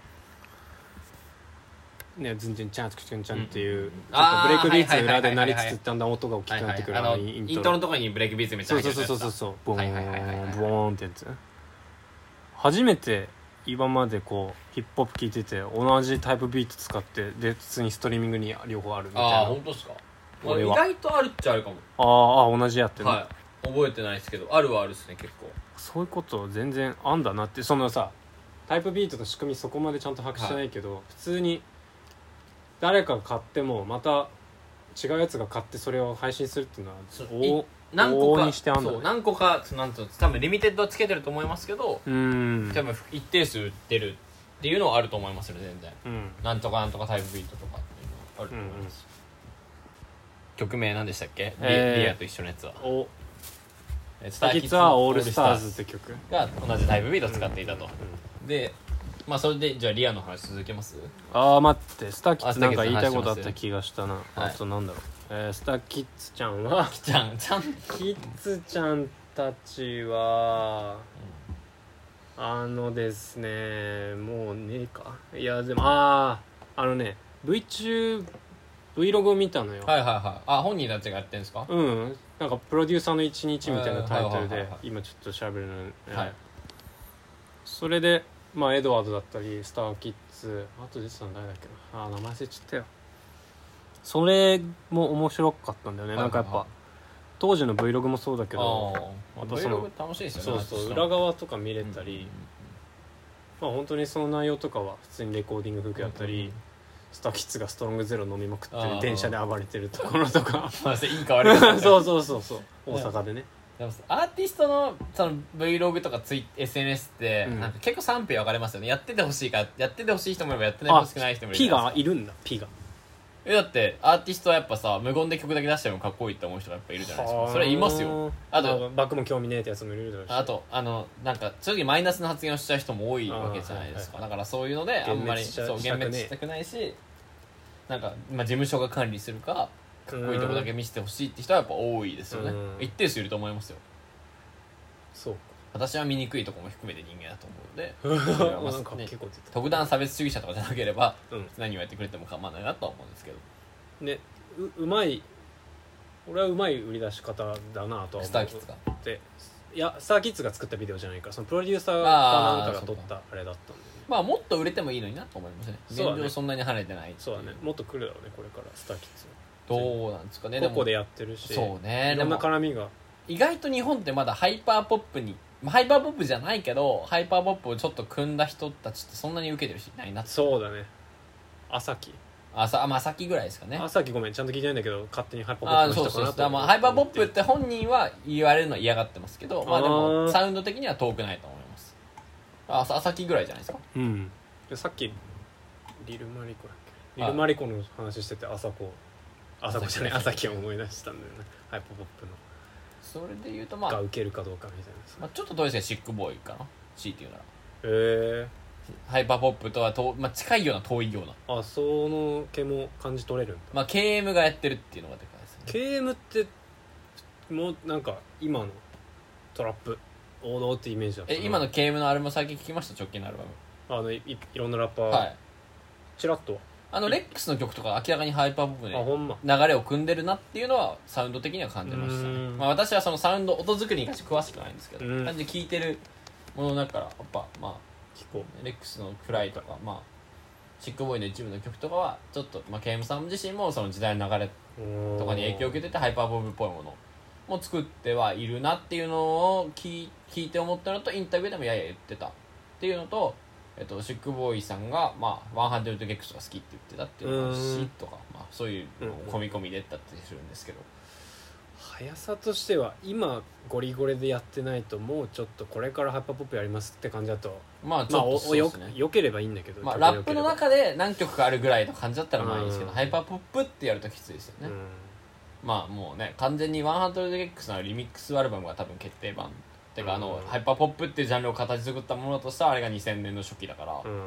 ね、ズンチンチャンツクチンチャンっていうちょっとブレイクビーツ裏で鳴りつつだんだん音が大きくなってくるイントロのところにブレイクビーツめっちゃ入ってるやつだ。 そうボーンボーンってやつ。初めて今までこうヒップホップ聴いてて同じタイプビート使ってで普通にストリーミングに両方あるみたいな。 本当ですか。意外とあるっちゃあるかも。 同じやってる、 覚えてないですけどあるはあるっすね。結構そういうこと全然あんだなって。そのさタイプビートの仕組みそこまでちゃんと把握してないけど、普通に誰かが買ってもまた違うやつが買ってそれを配信するっていうのは何個かにしてあんだ、ね、 何個かなんと多分リミテッドはつけてると思いますけど、多分一定数売ってるっていうのはあると思いますよね全然、なんとかなんとかタイプビートとかっていうのはあると思います、曲名何でしたっけ、リアと一緒のやつはスターキッズはオールスターズって曲が同じタイプビートを使っていたと、でそれでじゃあリアの話続けます。 待ってスターキッズなんか言いたいことあった気がしたな。あとなんだろう、スターキッズちゃんはキッズちゃんたちは、ですねもうねえか。いやでもVTuber Vlog を見たのよ。 はいはいはい。あ、本人たちがやってるんですか？ うん、なんかプロデューサーの一日みたいなタイトルではいはいはいはい今ちょっと喋るの、 はい。 それでまあエドワードだったりスターキッズ、あと出てたの誰だっけな、名前忘れちゃったよ。それも面白かったんだよね、なんかやっぱ当時の Vlog もそうだけど、 あとその Vlog 楽しいですよね。 そうそう裏側とか見れたり、まあ本当にその内容とかは普通にレコーディング風景やったり、スターキッズがストロングゼロ飲みまくってる電車で暴れてるところとかまあいいか悪いかそうそうそうそう大阪でね。 でもアーティストのその Vlog とかSNS って、なんか結構賛否分かれますよね。やっててほしいか、やっててほしい人もいればやってほしくない人もいるじピゃないですか。 がいるんだ。ピがだってアーティストはやっぱさ、無言で曲だけ出してもかっこいいって思う人がやっぱいるじゃないですか。それはいますよ。あとバックも興味ねえってやつもいるだろうし、 あとなんか正直マイナスの発言をしちゃう人も多いわけじゃないですか。だからそういうのであんまり幻滅したくないし、なんか、まあ、事務所が管理するかかっこいいとこだけ見せてほしいって人はやっぱ多いですよね。一定数いると思いますよ。 そう私は醜いとこも含めて人間だと思うのでそれはまあね、特段差別主義者とかじゃなければ、何をやってくれても構わないなとは思うんですけどね。うまい、俺はうまい売り出し方だなとは思う。 スターキッズがで、いやスターキッズが作ったビデオじゃないから、そのプロデューサーかなんかが撮ったあれだったんで、ね、 まあもっと売れてもいいのになと思いますね。現状そんなに跳ねてないそうだね。もっと来るだろうねこれからスターキッズどうなんですかね。 ここでやってるし、 そうね、 いろんな絡みが意外と日本ってまだハイパーポップに、ハイパーポップじゃないけどハイパーポップをちょっと組んだ人たちってそんなに受けてる人いないなって。 そうだね。朝日まあ先ぐらいですかね。 朝日ごめんちゃんと聞いてないんだけど勝手にハイパーポップの人かなと思って。 ハイパーポップって本人は言われるのは嫌がってますけど、まあでもサウンド的には遠くないと思います。朝日ぐらいじゃないですか。 うんでさっきリルマリコだっけ、リルマリコの話してて朝子じゃない朝日を思い出したんだよね。ハイパーポップのそれで言うとまあが受けるかどうかみたいな、 ちょっと遠いですけどシックボーイかな、強いて言うなら。ハイパーポップとは近いような遠いような、 その毛も感じ取れるんだ。 KM がやってるっていうのがでかいですね。 KM ってもうなんか今のトラップ王道ってイメージだった。 今の KM のアルバム最近聞きました？直近のアルバム。 いろんなラッパー、 はい、 チラッとレックスの曲とか明らかにハイパーポップで流れを組んでるなっていうのはサウンド的には感じましたね。私はそのサウンド音作りに関して詳しくないんですけど、感じで聴いてるものだからやっぱレックスのフライとか、シックボーイの一部の曲とかはちょっと、KM さん自身もその時代の流れとかに影響を受けててハイパーポップっぽいものも作ってはいるなっていうのを聞いて思ったのと、インタビューでもやや言ってたっていうのと、シックボーイさんが、100ゲックスが好きって言ってたっていう話とか、そういうのを込み込みでったってするんですけど、 速さとしては今ゴリゴリでやってないともうちょっとこれからハイパーポップやりますって感じだと、 ちょっとそうですね。 よければいいんだけど、 ラップの中で何曲かあるぐらいの感じだったらいいですけど、ハイパーポップってやるときついですよね。もうね、完全に100ゲックスのリミックスアルバムが多分決定版てかハイパーポップっていうジャンルを形作ったものとしたらあれが2000年の初期だから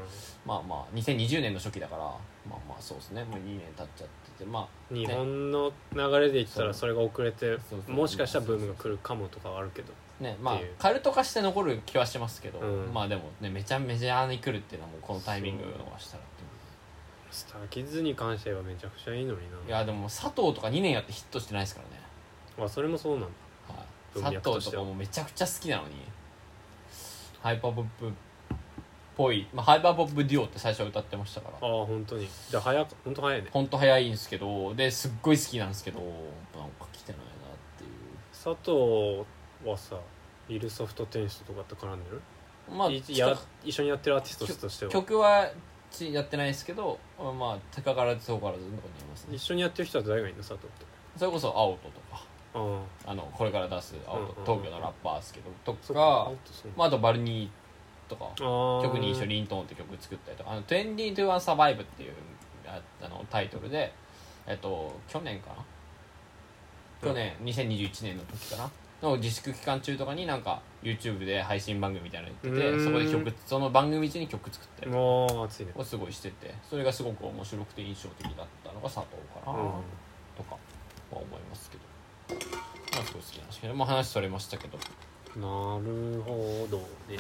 、2020年の初期だからそうですね、もう2年経っちゃってて、 日本の流れで言ったらそれが遅れてもしかしたらブームが来るかもとかはあるけどね、カルト化して残る気はしてますけど、でもね、めちゃメジャーに来るっていうのはもうこのタイミングを逃したらっていう。 スターキッズに関してはめちゃくちゃいいのにな。 いやでも佐藤とか2年やってヒットしてないですからね。 それもそうなんだ。 佐藤とかもめちゃくちゃ好きなのにハイパーポップっぽい、ハイパーポップデュオって最初は歌ってましたから。 本当にじゃあ本当早いね。 本当早いんですけど、ですっごい好きなんですけど、なんか来てないなっていう。 佐藤はさリルソフトテイストとかって絡んでる？一緒にやってるアーティストとしては曲はやってないですけど、手かからず遠からずのとこにいますね。 一緒にやってる人は誰がいいの？佐藤って。 それこそ青とかこれから出す青と東京のラッパーですけどとか、あとバルニーとか曲に一緒にリントーンって曲作ったりとか、2021 Survive っていうタイトルで去年かな、去年2021年の時かなの自粛期間中とかになんか YouTube で配信番組みたいなのやってて、そこでその番組中に曲作ってるをすごいしてて、それがすごく面白くて印象的だったのが佐藤かなとかは思いますけど、すごい好きなんですけど、話それましたけど。 なるほどね。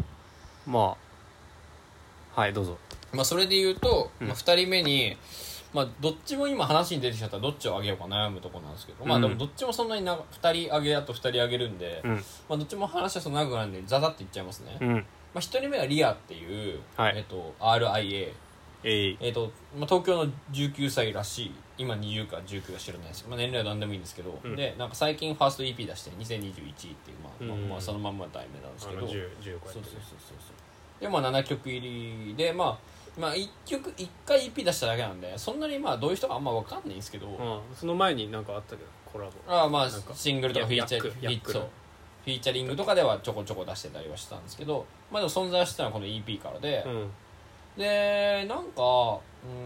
はいどうぞ。 それで言うと、2人目にまあどっちも今話に出てきちゃったらどっちをあげようか悩むところなんですけど、まあでもどっちもそんなに2人あげあと2人あげるんで、まあどっちも話はそんな長くないんでザザって言っちゃいますね。まあ1人目がリアっていう、RIA、まあ、東京の19歳らしい、今20か19か知らないですけど、まあ、年齢は何でもいいんですけど、でなんか最近ファースト EP 出して2021っていう、まあそのまんま題名なんですけど、そうでまあ7曲入りで、まあ1回 EP 出しただけなんでそんなにまあどういう人かあんま分かんないんですけど、 その前になんかあったけどコラボまあシングルとかフィーチャリングとかではちょこちょこ出してたりはしたんですけど、まあでも存在してたのはこの EP からで、でなんか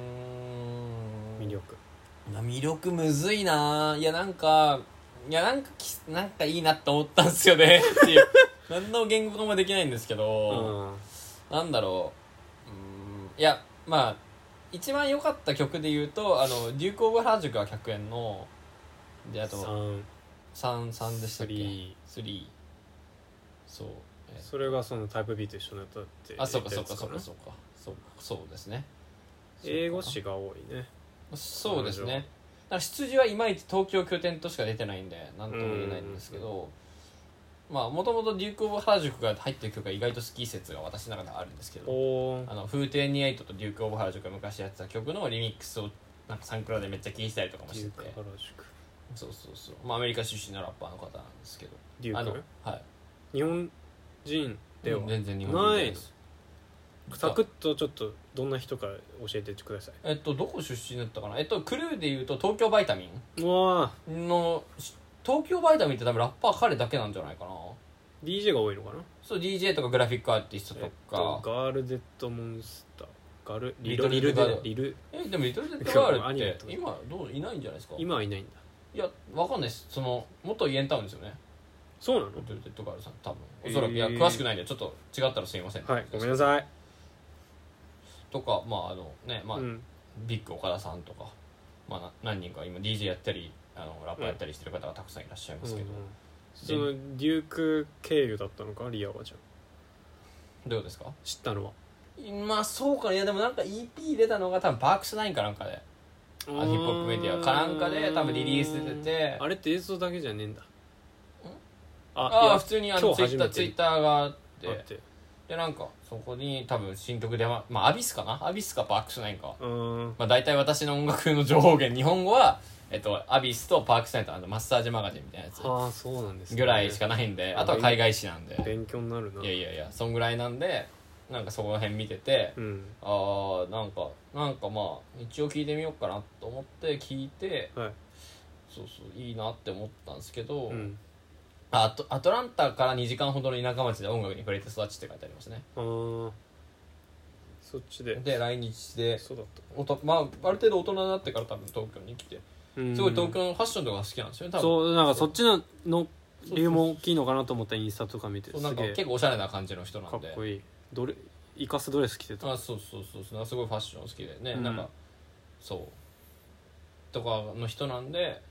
魅力むずいな。いやなんかいいなって思ったんですよねっていう何の言語化もできないんですけど、なんだろう、いやまあ一番良かった曲で言うとデューク・オブ・原宿が100円ので、あと3でしたっけ、3そう、 それがそのタイプ B と一緒になったってそうかそうですね。 英語詞が多いね。 そうですね。だから出自はいまいち東京拠点としか出てないんで何とも言えないんですけど、まあもともとデューク・オブ・原宿が入ってる曲が意外と好き説が私の中ではあるんですけど、風天ニエイトとデューク・オブ・原宿が昔やってた曲のリミックスをなんかサンクラでめっちゃ聴いてたりとかもしてて、そうまあアメリカ出身のラッパーの方なんですけど、 デュークはい日本人では全然日本人です。 サクッとちょっとどんな人か教えてください。 どこ出身だったかな。クルーでいうと東京バイタミンの東京バイタミンって多分ラッパー彼だけなんじゃないかな。 DJ が多いのかな。 そう DJ とかグラフィックアーティストとか、 ガールデッドモンスターリトルデッドガールでもリトルデッドガールって今いないんじゃないですか。 今はいないんだ。 いやわかんないです。元イエンタウンですよね。 そうなの。 リトルデッドガールさん多分おそらく、いや詳しくないんでちょっと違ったらすいません。 はい、ごめんなさい。 とかビッグ岡田さんとか、何人か今 DJ やったりラッパーやったりしてる方がたくさんいらっしゃいますけど、 そのデューク経由だったのかリアは。じゃあどうですか、 知ったのは。 まあそうかな。いやでもなんか EP 出たのが多分パークス9かなんかでヒップホップメディアかなんかで多分リリース出てて、 あれって映像だけじゃねえんだ。 普通にツイッターがあってでなんかそこに多分新曲でアビスかパークス9か、大体私の音楽の情報源日本語はアビスとパークス9とマッサージマガジンみたいなやつそうなんですね、 ぐらいしかないんで、あとは海外誌なんで勉強になるな。 いやそんぐらいなんでなんかそこら辺見てて、なんかまあ一応聞いてみようかなと思って聞いて、いいなって思ったんですけど、アトランタから2時間ほどの田舎町で音楽に触れて育ちって書いてありますね。 そっちで来日で、 そうだった。 ある程度大人になってから多分東京に来て、すごい東京のファッションとか好きなんですよね多分。 そうなんかそっちの理由も大きいのかなと思ったインスタとか見て、 なんか結構おしゃれな感じの人なんでかっこいい。イカスドレス着てた。 そうなんかすごいファッション好きでね、なんかそうとかの人なんで、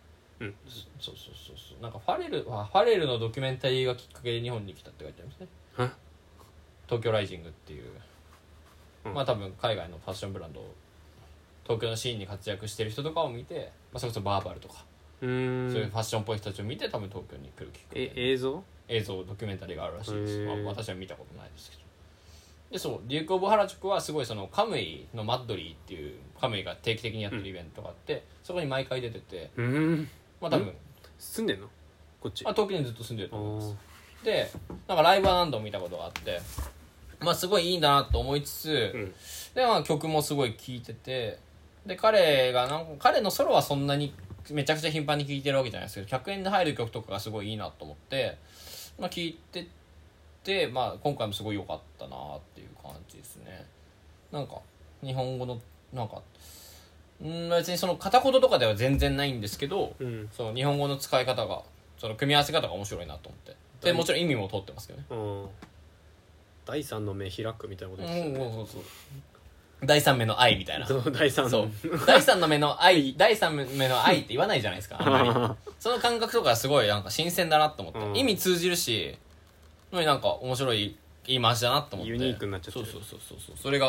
そうなんかファレルのドキュメンタリーがきっかけで日本に来たって書いてありますね。東京ライジングっていう、多分海外のファッションブランド東京のシーンに活躍してる人とかを見て、それこそバーバルとかそういうファッションっぽい人たちを見て多分東京に来るきっかけ。 映像ドキュメンタリーがあるらしいです。私は見たことないですけど。でデューク・オブ・原宿はすごいカムイのマッドリーっていうカムイが定期的にやってるイベントがあって、そこに毎回出てて、多分住んでんのこっち。 東京にずっと住んでると思います。でなんかライブは何度も見たことがあって、すごいいいんだなと思いつつ、で曲もすごい聴いてて、で彼のソロはそんなにめちゃくちゃ頻繁に聴いてるわけじゃないですけど、100円で入る曲とかがすごいいいなと思って、聴いてて、今回もすごい良かったなっていう感じですね。なんか日本語のなんか別に片言とかでは全然ないんですけど、その日本語の使い方が組み合わせ方が面白いなと思って、でもちろん意味も通ってますけどね。 第三の目開くみたいなことですよね。 そう第三目の愛みたいな。 第三の目の愛って言わないじゃないですかあんまりその感覚とかすごいなんか新鮮だなと思って、意味通じるしなんか面白い言い回しだなと思って、 ユニークになっちゃってる。 それが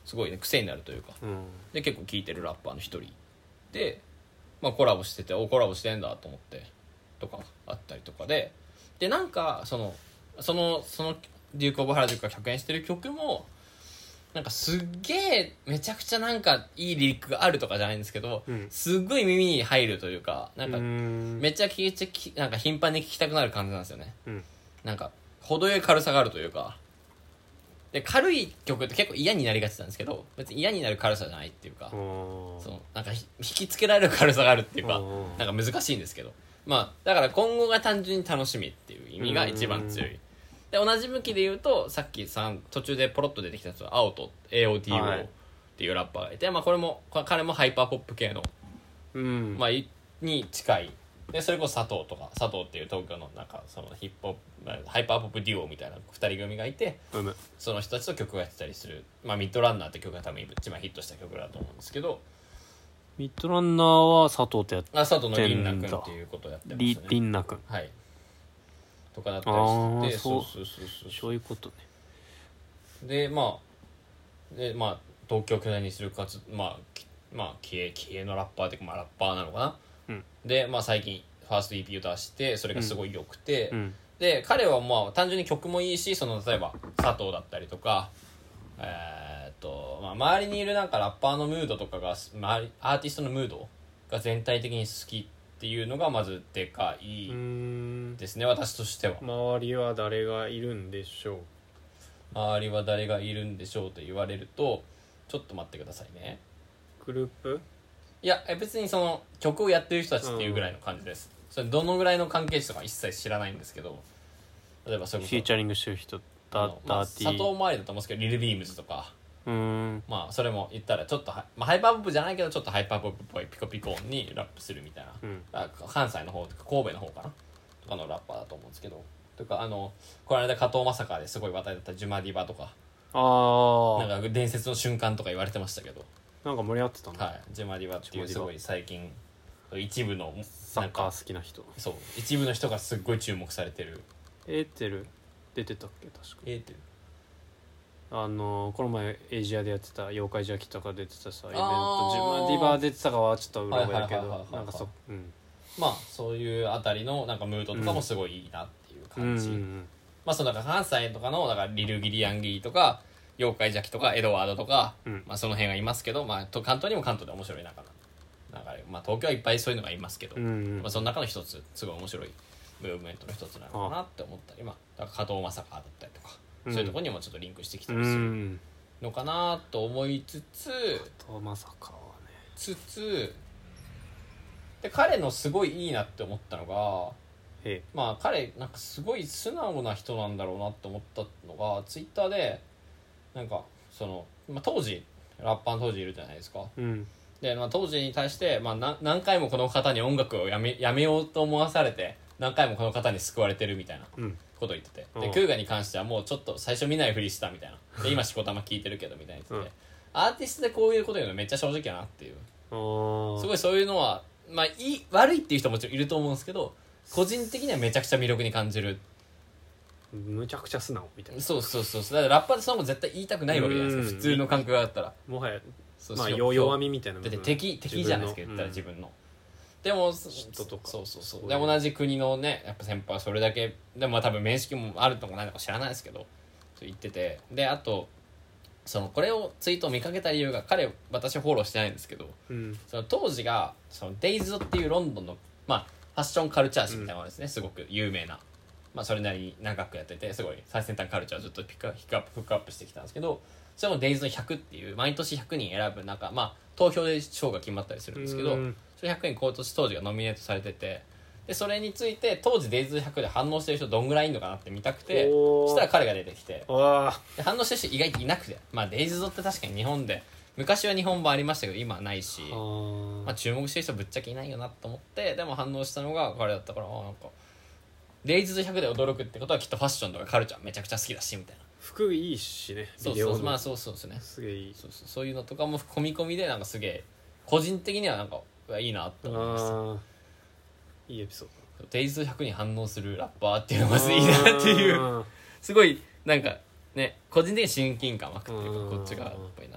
すごいね癖になるというか、 うんで結構聴いてるラッパーの一人で、まあ、コラボしててコラボしてんだと思ってとかあったりとかでなんかそのデューク・オブ・原宿が客演してる曲もなんかすっげえめちゃくちゃなんかいいリリックがあるとかじゃないんですけど、すっごい耳に入るというかなんかめっちゃなんか頻繁に聴きたくなる感じなんですよね、なんか程よい軽さがあるというかで軽い曲って結構嫌になりがちなんですけど別に嫌になる軽さじゃないっていうかなんか引きつけられる軽さがあるっていうかなんか難しいんですけどまあだから今後が単純に楽しみっていう意味が一番強いで同じ向きで言うとさっき途中でポロッと出てきたやつは青と AOTO っていうラッパーがいて、まあ、彼もハイパーポップ系の、まあ、に近いでそれこそ佐藤っていう東京のなんかそのヒップホップハイパーポップデュオみたいな2人組がいて、その人たちと曲をやってたりする、まあ、ミッドランナーって曲が多分一番ヒットした曲だと思うんですけどミッドランナーは佐藤ってやってんだ佐藤のリンナ君っていうことをやってますねリンナ君はいとかだったりしててそういうことねでまあ東京を拠点にするまあ気鋭のラッパーっていうか、まあ、ラッパーなのかな、で、まあ、最近ファースト EP を出してそれがすごい良くて、で彼はまあ単純に曲もいいし例えば佐藤だったりとかまあ、周りにいるなんかラッパーのムードとかがアーティストのムードが全体的に好きっていうのがまずでかいですね私としては周りは誰がいるんでしょう周りは誰がいるんでしょうと言われるとちょっと待ってくださいねグループいや別にその曲をやってる人たちっていうぐらいの感じです、それどのぐらいの関係者とか一切知らないんですけど例えばそれこそフィーチャリングしてる人まあ、佐藤周りだと思うんですけどリルビームズとかまあそれも言ったらちょっとまあ、ハイパーポップじゃないけどちょっとハイパーポップっぽいピコピコ音にラップするみたいな、関西の方とか神戸の方かなとかのラッパーだと思うんですけどとかこの間加藤正香ですごい話題だったジュマディバとかなんか伝説の瞬間とか言われてましたけどなんか盛り上がってたの、 はい、ジュマディバっていうすごい最近一部のサッカー好きな人そう一部の人がすっごい注目されてるエーテル出てたっけ確かエーテルこの前エイジアでやってた妖怪ジャキとか出てたさイベントジュマディバー出てたかはちょっとうろ覚えだけどなんかまあそういうあたりのなんかムードとかもすごいいいなっていう感じ、まあそのなんか関西とかのだからリルギリアンギーとか妖怪ジャキとかエドワードとか、まあその辺がいますけど、まあ関東にも関東で面白い中まあ東京はいっぱいそういうのがいますけど、まあその中の一つすごい面白いムーブメントの一つなのかなって思ったり、まあだから加藤正香だったりとか、そういうところにもちょっとリンクしてきたりするのかなと思いつつ、 加藤正香はねで彼のすごいいいなって思ったのが、まあ彼なんかすごい素直な人なんだろうなって思ったのがツイッターでなんかまあ、当時ラッパーの当時いるじゃないですか、で、まあ、当時に対して、まあ、何回もこの方に音楽をやめようと思わされて何回もこの方に救われてるみたいなことを言ってて、でクーガに関してはもうちょっと最初見ないふりしたみたいなで今しこたま聞いてるけどみたいな言ってて、アーティストでこういうこと言うのめっちゃ正直やなっていうすごいそういうのは、まあ、悪いっていう人ももちろんいると思うんですけど個人的にはめちゃくちゃ魅力に感じるむちゃくちゃ素直みたいなそうだからラッパーってそのも絶対言いたくないわけじゃないですか普通の感覚があったらもはやまあ弱みみたいなだって敵じゃないですか言ったら自分のでもそうで同じ国のねやっぱ先輩はそれだけでも多分面識もあるとかないのか知らないですけどそう言っててであとこれをツイートを見かけた理由が私フォローしてないんですけど、その当時がデイズドっていうロンドンの、まあ、ファッションカルチャー誌みたいなのがですね、すごく有名な、まあ、それなりに長くやっててすごい最先端カルチャーをずっとフックアップしてきたんですけどそれもデイズド100っていう毎年100人選ぶなんか、まあ、投票で賞が決まったりするんですけどそれ100人今年当時がノミネートされててでそれについて当時デイズド100で反応してる人どんぐらいいるのかなって見たくてそしたら彼が出てきてで反応してる人意外といなくて、まあ、デイズドって確かに日本で昔は日本版ありましたけど今はないしまあ、注目してる人ぶっちゃけいないよなと思ってでも反応したのが彼だったからなんかデイズド100で驚くってことはきっとファッションとかカルチャーめちゃくちゃ好きだしみたいな服いいしねそうまあそうですねすげえいいそういうのとかも込み込みでなんかすげえ個人的にはなんかいいなって思いましたいいエピソードデイズ100に反応するラッパーっていうのがまずいいなっていうすごいなんかね個人的に親近感湧くっていうかこっちがやっぱりなみたいな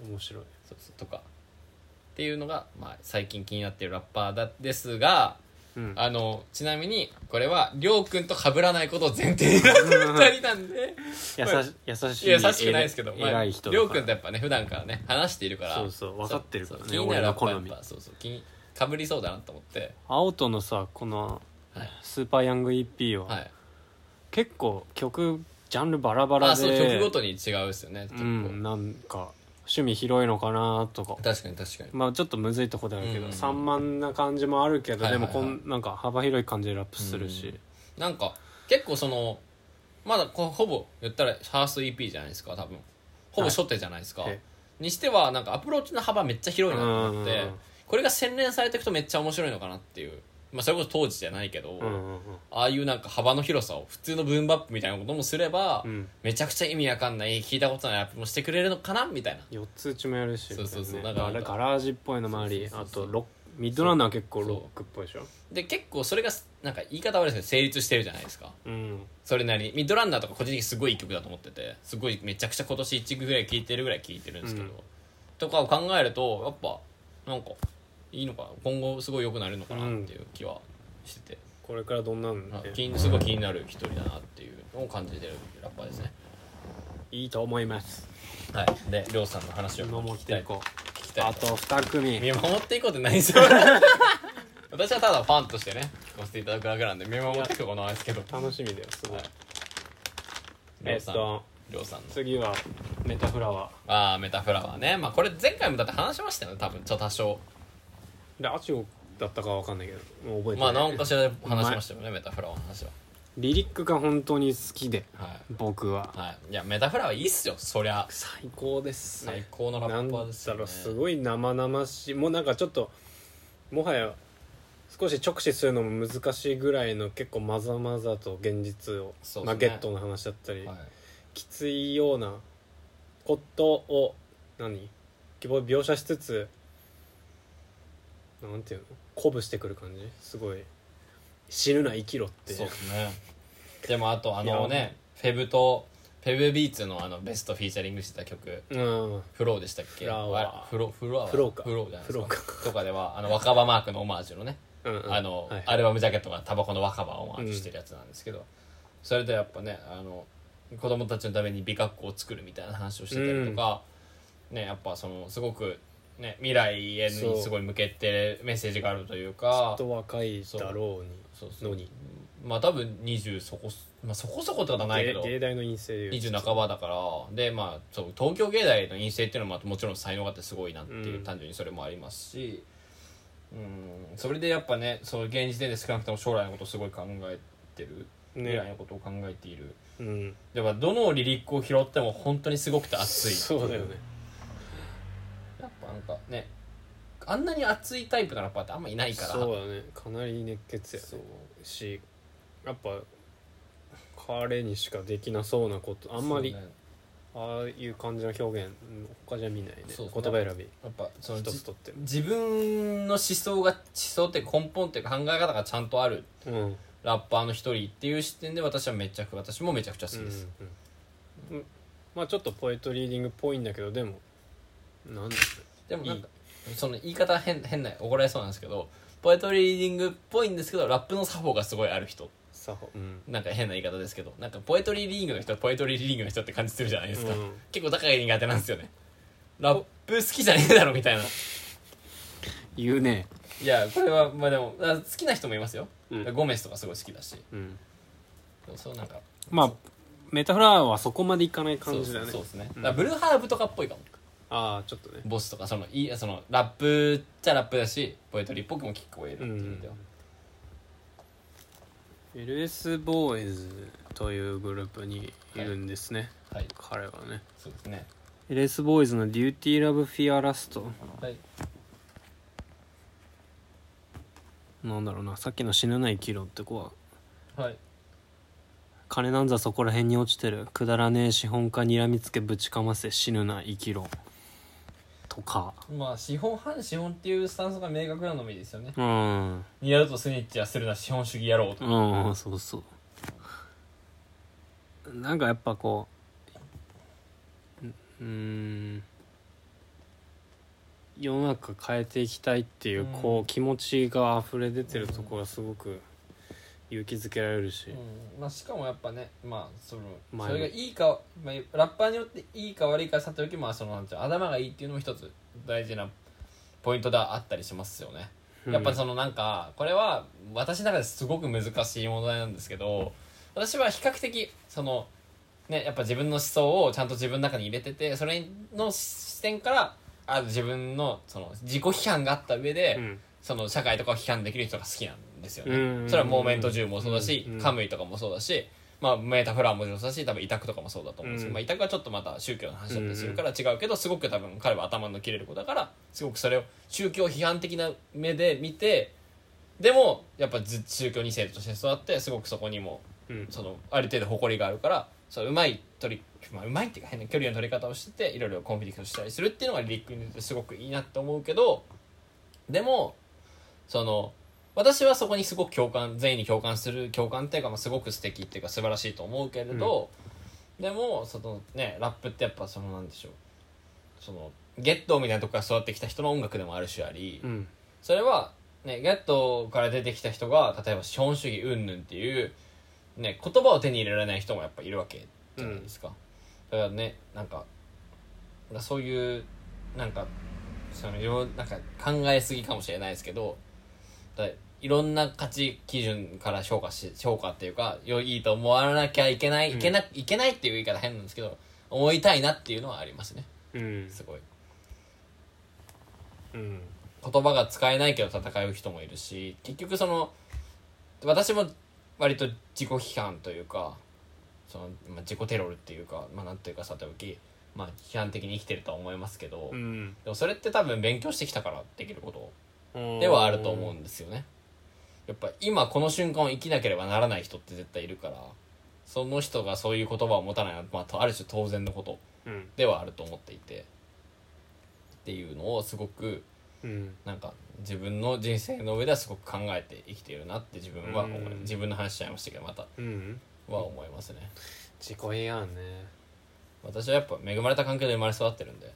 面白い。 そうそうとかっていうのが、まあ、最近気になっているラッパーですが、 うん、 ちなみにこれはりょうくんと被らないことを前提になる2人なんで優しい優しくないですけど、 偉い人りょうくんとやっぱね普段からね話しているから、 そうそう分かってるからね、 気になるラッパーやっ俺の好みぱそうそう被りそうだなと思って、 青とのさこのはいスーパーヤング EP は、 はい、 結構曲ジャンルバラバラで、 そう曲ごとに違うですよね、 なんか趣味広いのかなとか、 確かに確かに、 まあちょっとむずいとこであるけど、 うん散漫な感じもあるけど、 はいはいはい、 でもなんか幅広い感じでラップするし、 なんか結構そのまだほぼ言ったらファースト EP じゃないですか多分、ほぼ初手じゃないですか、 はい、 にしてはなんかアプローチの幅めっちゃ広いなと思って、これが洗練されていくとめっちゃ面白いのかなっていう、まあ、それこそ当時じゃないけど、ああいうなんか幅の広さを普通のブーンバップみたいなこともすれば、めちゃくちゃ意味わかんない聞いたことないラップもしてくれるのかなみたいな、 4つ打ちもやるし、 そうそうそう、 ね、 だからガラージっぽいのもあり、あとミッドランナー結構ロックっぽいでしょ。 で結構それがなんか言い方悪いですけど成立してるじゃないですか、それなりにミッドランナーとか個人的にすごいいい曲だと思ってて、すごいめちゃくちゃ今年1曲ぐらい聴いてるぐらい聴いてるんですけど、とかを考えるとやっぱなんかいいのか、今後すごい良くなるのかなっていう気はしてて、 これからどんなんすごい気になる一人だなっていうのを感じてるラッパーですね。 いいと思います。 はい、でりょうさんの話を見守っていこう。 聞きたい。 あと2組見守っていこうって何ですよ私はただファンとしてね聞かせていただくだけなんで見守っていくことないですけど、 楽しみだよすごい、 りょうさんの次はメタフラワー、メタフラワーね。まあこれ前回もだって話しましたよね多分多少でアチオだったかは分かんないけどもう覚えてない。 まあ何かしらで話しましたよねメタフラワーの話は。 リリックが本当に好きで、 はい、 僕は、 はい、いやメタフラワーいいっすよそりゃ最高ですね。 最高のラッパーですよね。 なんだろう、すごい生々しい、もうなんかちょっともはや少し直視するのも難しいぐらいの結構まざまざと現実を、 そうですね、 まあ、ゲットの話だったり、 はい、 きついようなことを描写しつつ、なんていうの、鼓舞してくる感じ、すごい死ぬな生きろって。 そうですね。でもあとねフェブビーツのベストフィーチャリングしてた曲、フローでしたっけ、フローじゃないですかとかでは若葉マークのオマージュのね、アルバムジャケットがタバコの若葉をオマージュしてるやつなんですけど、それでやっぱね子供たちのために美学校を作るみたいな話をしてたりとか、ね、やっぱすごくね未来へにすごい向けてメッセージがあるというか、 きっと若いだろうのに、 まあ多分20そこそこってことはないけど芸大の院生で 20半ばだから、でまあそう東京芸大の院生っていうのももちろん才能があってすごいなっていう、単純にそれもありますし、それでやっぱねそう現時点で少なくとも将来のことをすごい考えてる、未来のことを考えている、でもどのリリックを拾っても本当にすごくて熱い。 そうだよね。 やっぱなんかねあんなに熱いタイプのラッパーってあんまいないから。 そうだね、かなり熱血やねし、やっぱ彼にしかできなそうなこと、あんまり、ああいう感じの表現他じゃ見ないね。言葉選びやっぱその一つとって自分の思想って根本っていうか考え方がちゃんとあるラッパーの一人っていう視点で私もめちゃくちゃ好きです、 まあちょっとポエトリーディングっぽいんだけど、でもでもなんかその言い方変な怒られそうなんですけど、ポエトリーディングっぽいんですけどラップの作法がすごいある人、なんか変な言い方ですけど、なんかポエトリーリーディングの人はポエトリーリーディングの人って感じするじゃないですか、結構だから苦手なんですよね。ラップ好きじゃねえだろみたいな言うね。 いやこれはまあでも好きな人もいますよ、ゴメスとかすごい好きだし、そうなんかまあメタフラワーはそこまでいかない感じだね。 そうですね、だからブルーハーブとかっぽいかも。 ああちょっとね、 ボスとかそのラップっちゃラップだしポエトリーっぽくも聞こえるっていう意味では、 LS ボーイズというグループにいるんですね、彼はね。 そうですね、 LS ボーイズのデューティーラブフィアラスト、なんだろうな、さっきの死ぬないキロって子は、金なんざそこら辺に落ちてる、くだらねえ資本家にらみつけぶちかませ死ぬな生きろとか、 まあ資本反資本っていうスタンスが明確なのもいいですよね。 二度とスニッチはするな資本主義やろうとか、 そうそう、なんかやっぱこう世の中変えていきたいっていう、こう気持ちが溢れ出てるところがすごく勇気づけられるし、 まあ、しかもやっぱね、まあ、それがいいか、まあ、ラッパーによっていいか悪いかさておき、まあ、そのなんていうの頭がいいっていうのも一つ大事なポイントではあったりしますよね。やっぱそのなんかこれは私の中ですごく難しい問題なんですけど、私は比較的そのね、やっぱ自分の思想をちゃんと自分の中に入れてて、それの視点から自分のその自己批判があった上で、その社会とかを批判できる人が好きなんですよね。それはモーメント10もそうだし、カムイとかもそうだし、まあ、メータフラーもそうだし、多分委託とかもそうだと思うんですけど、まあ、委託はちょっとまた宗教の話だったりするから違うけど、すごく多分彼は頭の切れる子だから、すごくそれを宗教批判的な目で見て、でもやっぱ宗教2世として育って、すごくそこにもそのある程度誇りがあるから、そううまいっていうか変な距離の取り方をしてて、いろいろコンフリクトしたりするっていうのがリックにとってすごくいいなって思うけど、でもその私はそこにすごく全員に共感っていうか、まあ、すごく素敵っていうか素晴らしいと思うけれど、でもそのねラップってやっぱそのなんでしょう、そのゲットーみたいなとこから育ってきた人の音楽でもある種あり、それはねゲットーから出てきた人が例えば資本主義云々っていうね言葉を手に入れられない人もやっぱいるわけじゃないですか。だからねなんかそういうなんかそのなんか考えすぎかもしれないですけど、いろんな価値基準から評価っていうかいいと思わなきゃいけない、いけないっていう言い方変なんですけど、思いたいなっていうのはありますね。すごい、言葉が使えないけど戦う人もいるし、結局その私も割と自己批判というかその、まあ、自己テロルっていうか、まあ、なんていうかさておき、まあ、批判的に生きてるとは思いますけど、でもそれって多分勉強してきたからできることではあると思うんですよね。やっぱ今この瞬間を生きなければならない人って絶対いるから、その人がそういう言葉を持たないのは、まあ、ある種当然のことではあると思っていて、っていうのをすごくなんか自分の人生の上ではすごく考えて生きているなって自分は思い、自分の話しちゃいましたけどまた、は思いますね。 自己批判ね。 私はやっぱ恵まれた環境で生まれ育ってるんで、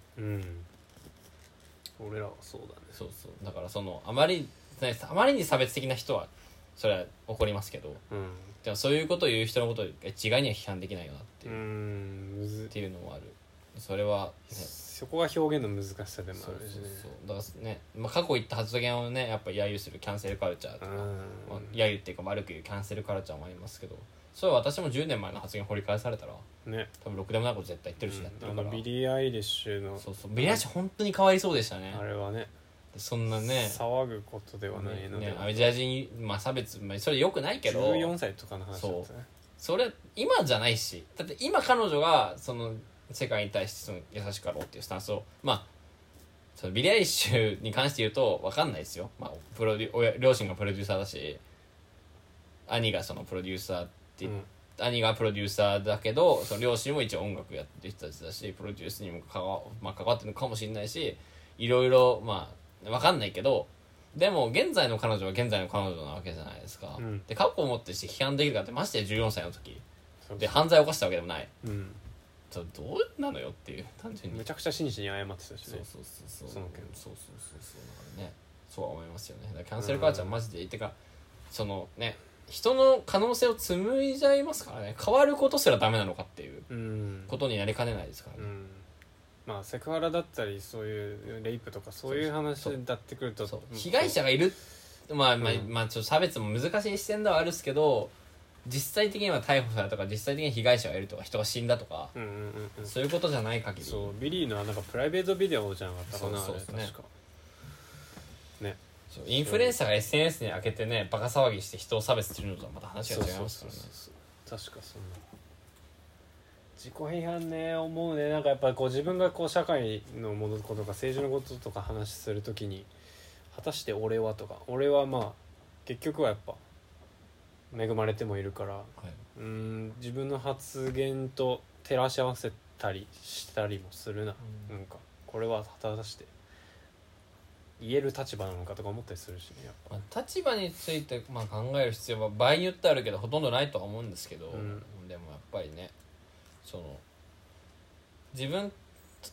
俺らはそうだね。 そうだからそのあまりに差別的な人はそれは起こりますけど、でもそういうことを言う人のことが一概には批判できないよなっていうのもある。それは、ね、 そこが表現の難しさでもあるしね。 だからね、まあ、過去言った発言をねやっぱ揶揄するキャンセルカルチャーとか、揶揄っていうか悪く言うキャンセルカルチャーもありますけど、それは私も10年前の発言掘り返されたら、ね、多分ろくでもないこと絶対言ってるしやってるから、 ビリー・アイリッシュのビリー・アイリッシュ本当にかわいそうでしたね。 あれはねそんなね騒ぐことではないので、 アジア人、まあ、差別、まあ、それ良くないけど 14歳とかの話だったね。 それ今じゃないし、だって今彼女がその世界に対してその優しくあろうっていうスタンスを、まあそのビリー・アイリッシュに関して言うと分かんないですよ、まあ、両親がプロデューサーだし、兄がそのプロデューサーって、兄がプロデューサーだけどその両親も一応音楽やってる人たちだし、プロデュースにも関わってるのかもしれないし、いろいろまあ分かんないけど、でも現在の彼女は現在の彼女なわけじゃないですか、で過去をもってして批判できるかって、まして14歳の時で犯罪を犯したわけでもない、どうなのよっていう、単純にめちゃくちゃ真摯に謝ってたしね。 その件そうだからね、そうは思いますよね。だからキャンセルカルチャーマジでてかそのね人の可能性を紡いじゃいますからね。変わることすらダメなのかっていうことになりかねないですからね。 まあセクハラだったりそういうレイプとかそういう話だってくると被害者がいる、まあちょっと差別も難しい視点ではあるんですけど、実際的には逮捕されたとか実際的に被害者がいるとか人が死んだとか、そういうことじゃない限り、 そうビリーのなんかプライベートビデオじゃなかったかな、 そう確かね。 インフルエンサーが SNS に開けてねバカ騒ぎして人を差別するのとはまた話が違いますからね。 確かそんな自己批判ね、思うね。なんかやっぱりこう自分がこう社会のものこととか政治のこととか話するときに果たして俺はとか、俺はまあ結局はやっぱ恵まれてもいるから、自分の発言と照らし合わせたりしたりもするな、なんかこれは果たして言える立場なのかとか思ったりするしね、やっぱ、 立場について考える必要は場合によってあるけどほとんどないとは思うんですけど、でもやっぱりねその自分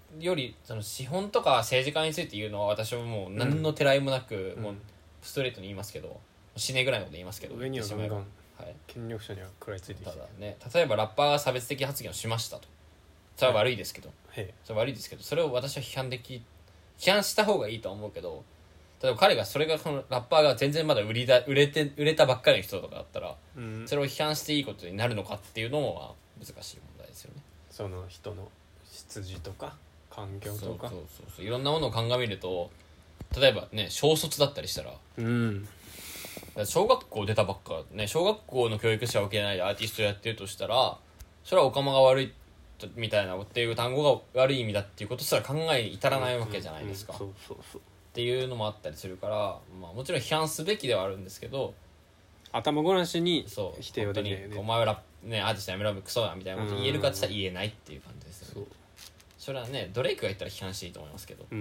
よりその資本とか政治家について言うのは私はもう何のてらいもなく、もうストレートに言いますけど、死ねぐらいのこと言いますけど、 上にはガンガン、 はい、 権力者には食らいついてきて、 ただね、例えばラッパーが差別的発言をしましたと、それは悪いですけど、それは悪いですけど、それを私は批判した方がいいとは思うけど、例えば彼がそれがこのラッパーが全然まだ売れたばっかりの人とかだったら、それを批判していいことになるのかっていうのも難しい問題ですよね。 その人の出自とか環境とか、 そういろんなものを鑑みると、例えばね小卒だったりしたら、小学校出たばっかね、小学校の教育しか受けないでアーティストやってるとしたら、それはオカマが悪いみたいなっていう単語が悪い意味だっていうことすら考えに至らないわけじゃないですか、っていうのもあったりするから、まあ、もちろん批判すべきではあるんですけど、 頭ごなしに否定をできないよね。 お前はアーティストやめろクソだみたいなこと言えるかって言ったら言えないっていう感じですよね。それはねドレイクが言ったら批判していいと思いますけど、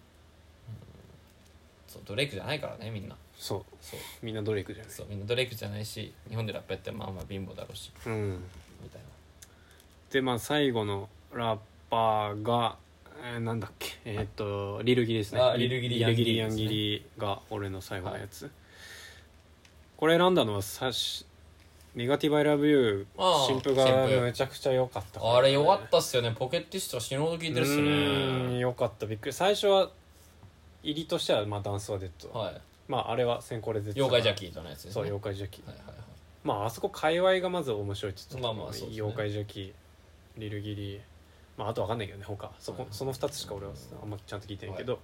そうドレイクじゃないからねみんな。そうみんなドレイクじゃない。 みんなドレイクじゃないし、日本でラップやってまあまあ貧乏だろうし、みたいな。 でまあ最後のラッパーが、なんだっけ、リルギリですね。 リルギリヤンギリが俺の最後のやつ、これ選んだのはネガティブアイラブユー新譜がめちゃくちゃ良かった、 あれ良かったっすよね。ポケッティストは死ぬほど聴いてるっすね。 良かった、びっくり。最初は入りとしてはまあダンスはデッド、まああれは先行で出てた妖怪ジャッキーとのやつですね。 そう妖怪ジャッキー、まああそこ界隈がまず面白いって言ってた、 まあそうですね、 妖怪ジャッキー、リルギリ、まああと分かんないけどね他、その2つしか俺はあんまちゃんと聞いてないけど、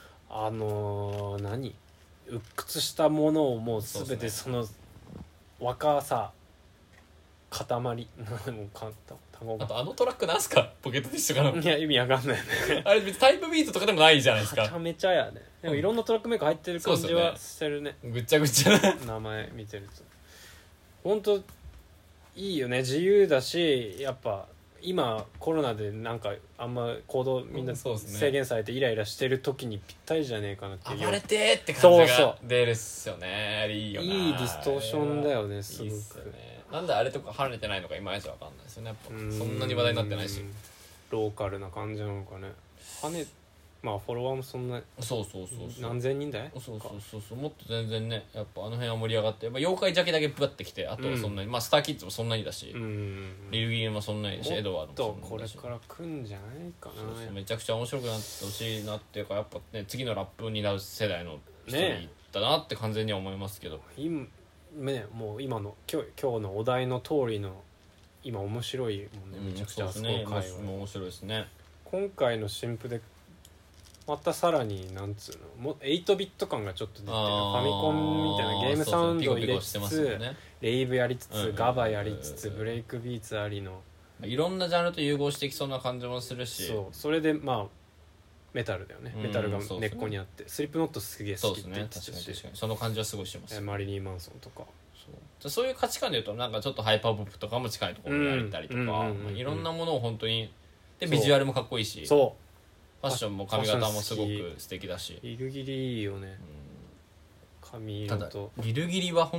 何鬱屈したものをもう全てその若さ塊あとトラックなんすかポケットティッシュかな。 いや意味わかんないねあれ別にタイプビートとかでもないじゃないですか。 めちゃめちゃやね。でもいろんなトラックメーカー入ってる感じはしてるね。 ぐっちゃぐちゃな名前見てると本当いいよね。自由だし、やっぱ今コロナでなんかあんま行動みんな制限されてイライラしてる時にぴったりじゃねえかなっていう。 暴れてって感じが出るっすよね。いいよな。 いいディストーションだよね。すごくいいっすよね。なんであれとか跳ねてないのかいまいちわかんないですよね。やっぱそんなに話題になってないし、 ローカルな感じなのかね。まあフォロワーもそんな何千人だい。 そうもっと全然ね、やっぱあの辺は盛り上がって、やっぱ妖怪ジャケだけぶわってきて、あとはそんなに、まあスターキッズもそんなにだし、リルギーもそんなにだし、エドワードもそんなにだし、 これから来んじゃないかな。めちゃくちゃ面白くなってほしいなっていうか、やっぱね次のラップになる世代の人にだなって完全には思いますけど、 もう今の今日のお題の通りの今面白いもんね。めちゃくちゃ面白いですね。 今回の新譜でまたさらになんつうのも8ビット感がちょっと出てる。ファミコンみたいなゲームサウンドを入れつつ、レイブやりつつ、ガバやりつつ、ブレイクビーツありのいろんなジャンルと融合してきそうな感じもするし、 それでまあメタルだよね。メタルが根っこにあって、スリップノットすげえ好きって言ってたし、 確かにその感じはすごいします。 マリリー・マンソンとかそういう価値観でいうとなんかちょっとハイパーポップとかも近いところにあったりとか、いろんなものを本当にでビジュアルもかっこいいし、ファッションも髪型もすごく素敵だし、 ギルギリいいよね。髪色とギルギリは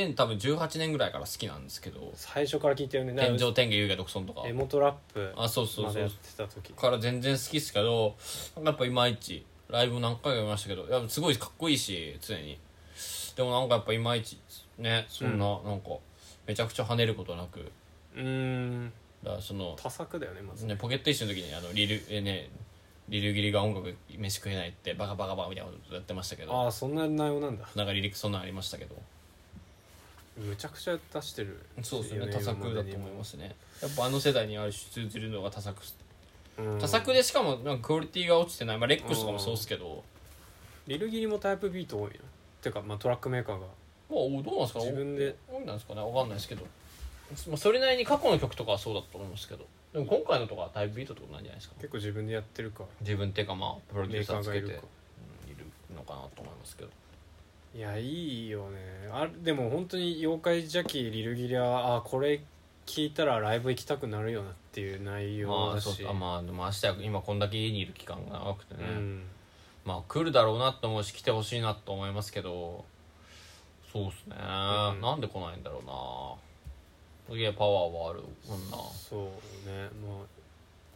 2018年ぐらいから好きなんですけど、 最初から聞いてるね。 天上天下遊戯独尊とかエモトラップまでやってた時から全然好きですけど、やっぱいまいちライブ何回か見ましたけど、やっぱすごいかっこいいし常に。でもなんかやっぱいまいちね、そんななんかめちゃくちゃ跳ねることなく、だからその多作だよね。まずね、ポケットイッシュの時にリルギリが音楽飯食えないってバカバカバカみたいなことやってましたけど、 そんな内容なんだ。 なんかリリックそんなんありましたけど、 むちゃくちゃ出してる。 そうですね、多作だと思いますね。やっぱあの世代にある通じるのが多作で、しかもなんかクオリティが落ちてない、レックスとかもそうですけど、 リルギリもタイプビート多いのてか、トラックメーカーがどうなんですか、 自分で多いなんですかね、分かんないですけど、それなりに過去の曲とかはそうだと思いますけど、でも今回のとかはタイプビートってことなんじゃないですか。 結構自分でやってるか。 自分っていうかプロデューサーつけているるのかなと思いますけど。 いやいいよね。でも本当に妖怪ジャキリルギリはこれ聞いたらライブ行きたくなるよなっていう内容だし、 でも明日今こんだけ家にいる期間が長くてね、来るだろうなと思うし来てほしいなと思いますけど、そうっすね、なんで来ないんだろうな。すげえパワーはあるもんな。 そうね。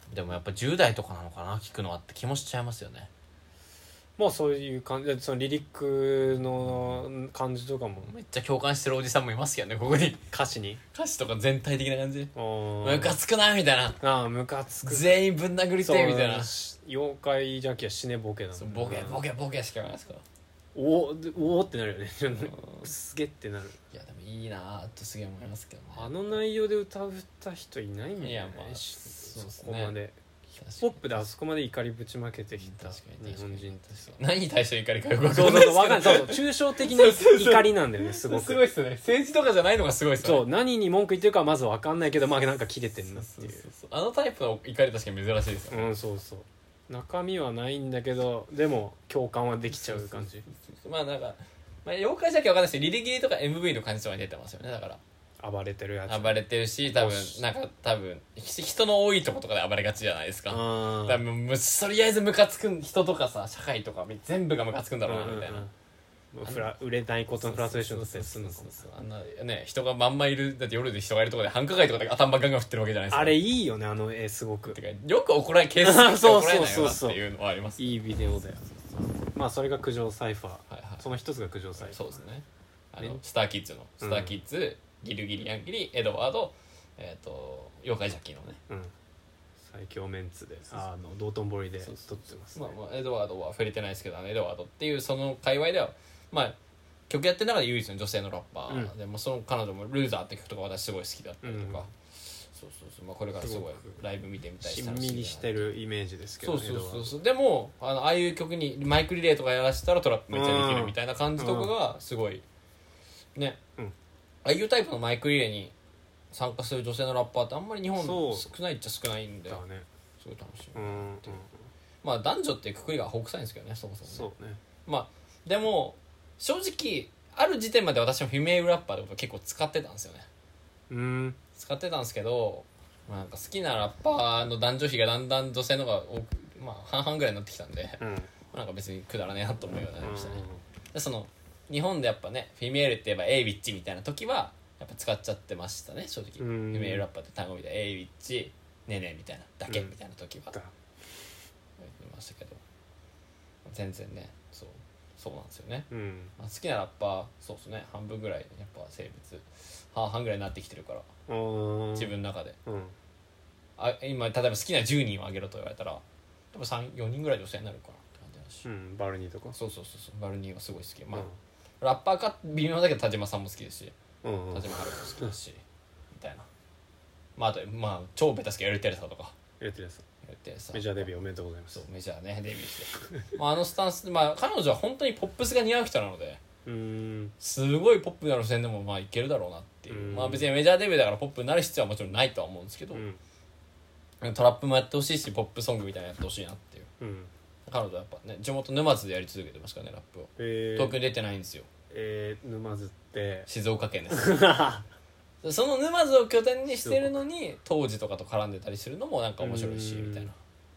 でもやっぱ10代とかなのかな聞くのはって気もしちゃいますよね。 まあそういう感じで、そのリリックの感じとかもめっちゃ共感してるおじさんもいますけどね、ここに歌詞に歌詞とか全体的な感じでムムカつくなみたいな、 ああムカつく全員ぶん殴りてえみたいな、 妖怪じゃきは死ねボケだそうボケボケボケしかないですから。 おおってなるよねすげってなる。 いやでもいいなーってすげえ思いますけどね。 あの内容で歌った人いないんだよね。 いやまあそうですね、 そこまでポップであそこまで怒りぶちまけてきた日本人として何に対して怒りかよく分かそうんないですけど、 分かんないそう抽象的な怒りなんだよねすごくすごいっすね。政治とかじゃないのがすごいっすよね。 そう何に文句言ってるかはまず分かんないけどまあなんか切れてんなっていうあのタイプの怒り確かに珍しいですよね。 うんそうそう中身はないんだけどでも共感はできちゃう感じ。 まあなんか、まあ、妖怪じゃきゃ分かんないですけどリリギリとか MV の感じとかに出てますよね。だから暴れてるやつ暴れてるし、多分なんか人の多いとことかで暴れがちじゃないですか。だからもうとりあえずムカつく人とかさ、社会とか全部がムカつくんだろうなみたいな、 売れないことのフラストレーションだったりするのかも。 あんなね人がまんまいる、だって夜で人がいるところで繁華街とかで頭ガンガン振ってるわけじゃないですか。 あれいいよねあの絵すごくてかよく怒られ警察に怒られないよなっていうのはあります。 いいビデオだよ。まあそれが九条サイファー、 はいはい、 その一つが九条サイファー。 そうですね。スターキッズのスターキッズ、ギルギリヤンギリエドワード、妖怪ジャッキーのね、 最強メンツで道頓堀で撮ってますね。 まあエドワードは触れてないですけど、エドワードっていうその界隈ではまあ曲やってる中で唯一の女性のラッパーで、もその彼女も「ルーザー」って曲とか私すごい好きだったりとか、そうそうそう、まあ、これからすごいライブ見てみたいししんみりしてるイメージですけど、 そうでもああいう曲にマイクリレーとかやらせたらトラップめっちゃできるみたいな感じとかがすごいね、ああいうタイプのマイクリレーに参加する女性のラッパーってあんまり日本少ないっちゃ少ないんで、すごい楽しい、まあ男女っていうくくりがほくさいんですけどね、そもそもね。 そうね。 まあでも正直ある時点まで私もフィメールラッパーってことを結構使ってたんですよね。使ってたんですけど、まあ、なんか好きなラッパーの男女比がだんだん女性の方が多く、まあ、半々ぐらいになってきたんで、なんか別にくだらねえなと思うようになりましたね。でその日本でやっぱねフィメールって言えばエイビッチみたいな時はやっぱ使っちゃってましたね正直。フィメールラッパーって単語みたいなエイビッチねえねえみたいなだけみたいな時は言ってましたけど、全然ねそうなんですよね。まあ、好きなラッパーそうですね半分ぐらいやっぱ生物半々ぐらいになってきてるから自分の中で、今例えば好きな10人をあげろと言われたら多分3-4人ぐらい女性になるかなって感じだし、 バルニーとかそうバルニーはすごい好き、まあラッパーか微妙だけど田島さんも好きですし、田島春子も好きだしみたいな、まああとまあ超ベタ好きエルテレサとかエルテレサメジャーデビューおめでとうございます。 そうメジャーねデビューしてまあスタンスで、まあ彼女は本当にポップスが似合う人なので、すごいポップな路線でもまあいけるだろうなっていう、まあ別にメジャーデビューだからポップになる必要はもちろんないとは思うんですけど、トラップもやってほしいしポップソングみたいなのやってほしいなっていう、彼女はやっぱね地元沼津でやり続けてますからねラップを、東京に出てないんですよ。 沼津って静岡県ですその沼津を拠点にしてるのに当時とかと絡んでたりするのもなんか面白いしみたいな。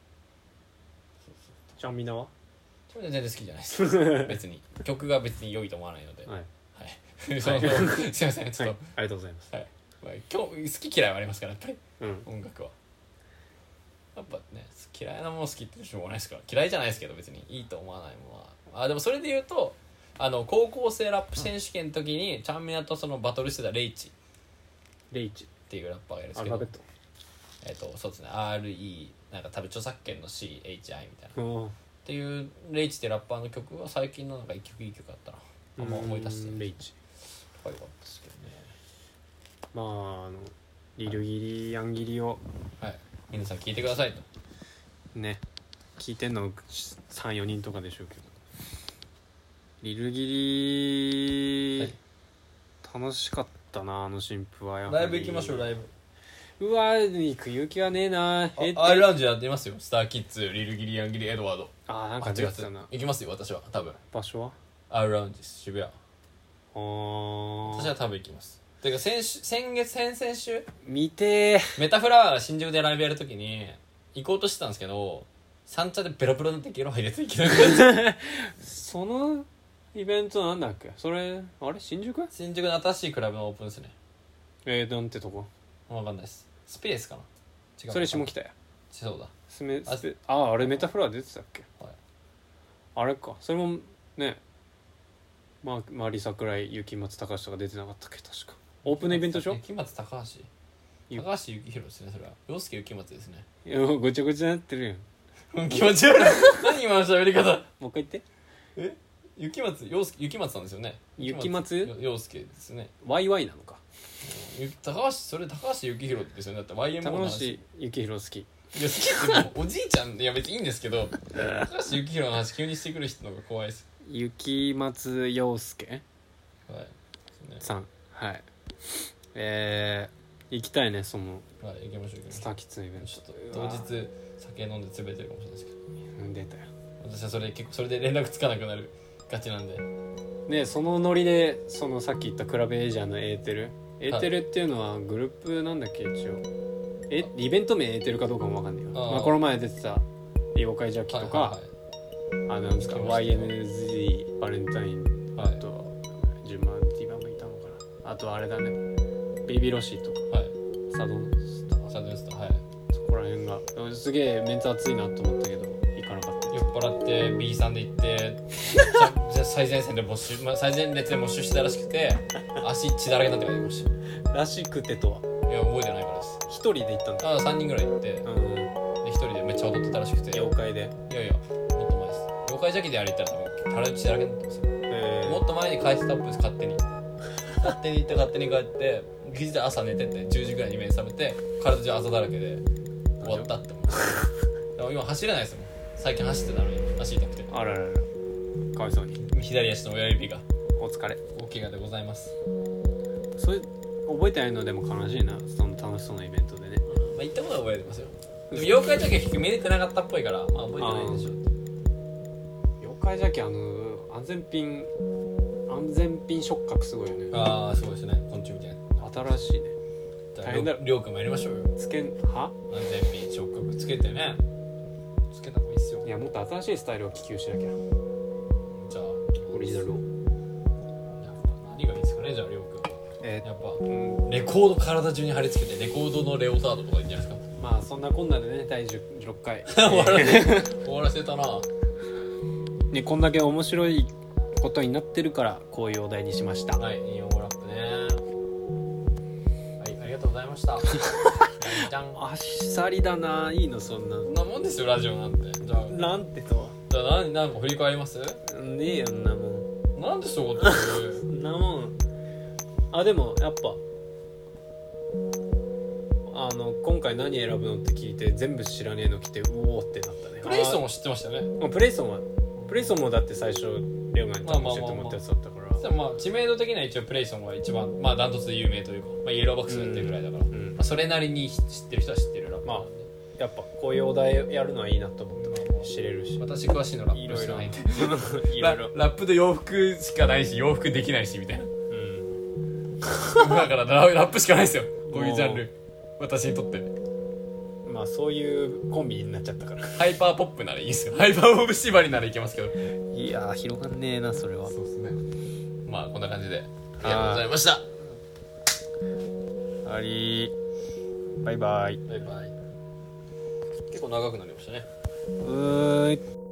ちゃんみなは全然好きじゃないです別に曲が別に良いと思わないので、すいませんちょっと、 ありがとうございます。 今日好き嫌いはありますからやっぱり、音楽はやっぱね嫌いなもの好きってしょうがないですから、嫌いじゃないですけど別にいいと思わないものはでもそれで言うと高校生ラップ選手権の時にちゃんみなとそのバトルしてたレイチっていうラッパーがいるんですけど、 アルファベットそうですね RE なんか多分著作権の CHI みたいなっていうレイチってラッパーの曲は最近のなんか一曲いい曲だったな、あんま思い出してレイチとか良かったですけどね。 まあリルギリヤンギリを皆さん聞いてくださいとね聞いてんの 3,4 人とかでしょうけど、リルギリ、楽しかったなあの新婦は。 ライブ行きましょうライブ。 うわ行く勇気はねえな。 アイラウンジやってますよ。スターキッズリルギリヤンギリエドワード。 なんか出てたな。 行きますよ私は多分。 場所はアイラウンジ渋谷。 私は多分行きます。てか先々週見てメタフラワーが新宿でライブやるときに行こうとしてたんですけど、三茶でベロベロになってゲロ入れていけなくなっそのイベントなんだっけそれ。あれ新宿の新しいクラブのオープンですね。 なんてとこ分かんないです。スペースかな。 違うそれ下北や。 そうだ。 あれメタフラー出てたっけ、 はい、 あれか、それもね、マリ桜井雪松隆とか出てなかったっけ。確かオープンのイベントでしょ。 雪松高橋幸宏ですね。それは陽介雪松ですね。 いやごちゃごちゃになってるやん気持ち悪い何今の喋り方。 もう一回言って。 雪松さんですよね。 雪松陽介ですね。 ワイワイなのか。 高橋幸宏ですよね。だって YMO の話。 高橋幸宏好き。 いや好きってもうおじいちゃんいや別にいいんですけど高橋幸宏の話急にしてくる人の方が怖いです。 雪松陽介はい、ね、 さん、はい、行きたいね、その、 はい、行きましょうスターキッズのイベント。 ちょっと当日酒飲んで潰れてるかもしれないですけど。 出たよ。 私はそれで連絡つかなくなるガチなんで。 でそのノリでそのさっき言ったクラブエイジャーのエーテルっていうのはグループなんだっけ一応。イベント名エーテルかどうかもわかんないよ。まあこの前出てた妖怪ジャッキとか、なんですか YNZ バレンタイン、あとジュマンティバもいたのかな。あとあれだね、ベビーロシーとか、サドンスター、はい、そこら辺がすげえメンツ熱いなと思ったけど行かなかった。 酔っ払って B さんで行って最前列で没収したらしくて足血だらけになって帰りました。 らしくてとは。 いや覚えてないからです。 一人で行ったんだ。 3人ぐらい行って、で一人でめっちゃ踊ってたらしくて。 妖怪で。 いやもっと前です。妖怪ジャケであれ行ったら多分体血だらけになってますよ。もっと前に帰ってたっぽいです。勝手に行って勝手に帰って気づいたら朝寝てて10時ぐらいに目覚めて体中あざだらけで終わったって思ってでも今走れないですもん。最近走ってたのに足痛くて。 あららら、かわいそうに。 左足の親指がお疲れ。 大怪我でございます。 それ覚えてないのでも悲しいな、その楽しそうなイベントでね。 まあ行ったことは覚えてますよ。でも妖怪ジャケ結局見れてなかったっぽいからまあ覚えてないんでしょう。 妖怪ジャケ安全ピン触覚すごいよね。 ああそうですね。昆虫みたいな新しいね。 大変だろ。りょうくんもやりましょうよ。 安全ピン触覚つけてね。つけた方がいいっすよ。 いやもっと新しいスタイルを希求しなきゃ。 じゃあオリジナルをやっぱ何がいいですかね。じゃありょうくんはやっぱ、レコード体中に貼り付けてレコードのレオタードとかいいんじゃないですか。 まあそんなこんなでね、第16回終わらせたなね。こんだけ面白いことになってるからこういうお題にしました。 はい、いいオーラップね。はい、ありがとうございましたじゃん。 あっさりだな。いいのそんな。 そんなもんですよラジオなんて。じゃあなんてとは。 じゃあ何か振り返ります？ ねえよんなもん。 なんでそういうことするそんなもん。でもやっぱ今回何選ぶのって聞いて全部知らねえの来てうおーってなったね。 プレイソンも知ってましたよね。 プレイソンもだって最初レオガンに教えてもらったやつだったから、 まあ知名度的には一応プレイソンは一番まあダントツで有名というか、イエローバックスやってるぐらいだから、まあ、それなりに知ってる人は知ってるラップなんで、 やっぱこういうお題やるのはいいなと思って知れるし。 私詳しいのラップしてないんでいろいろラップで洋服しかないし洋服できないしみたいなだからラップしかないですよこういうジャンル私にとって。 まあそういうコンビになっちゃったからハイパーポップならいいですよ。ハイパーポップ縛りならいけますけど。 いやー広がんねえなそれは。 そうですね。まあこんな感じでありがとうございました。 バイバイ。 バイバイ。結構長くなりましたね。 うーい。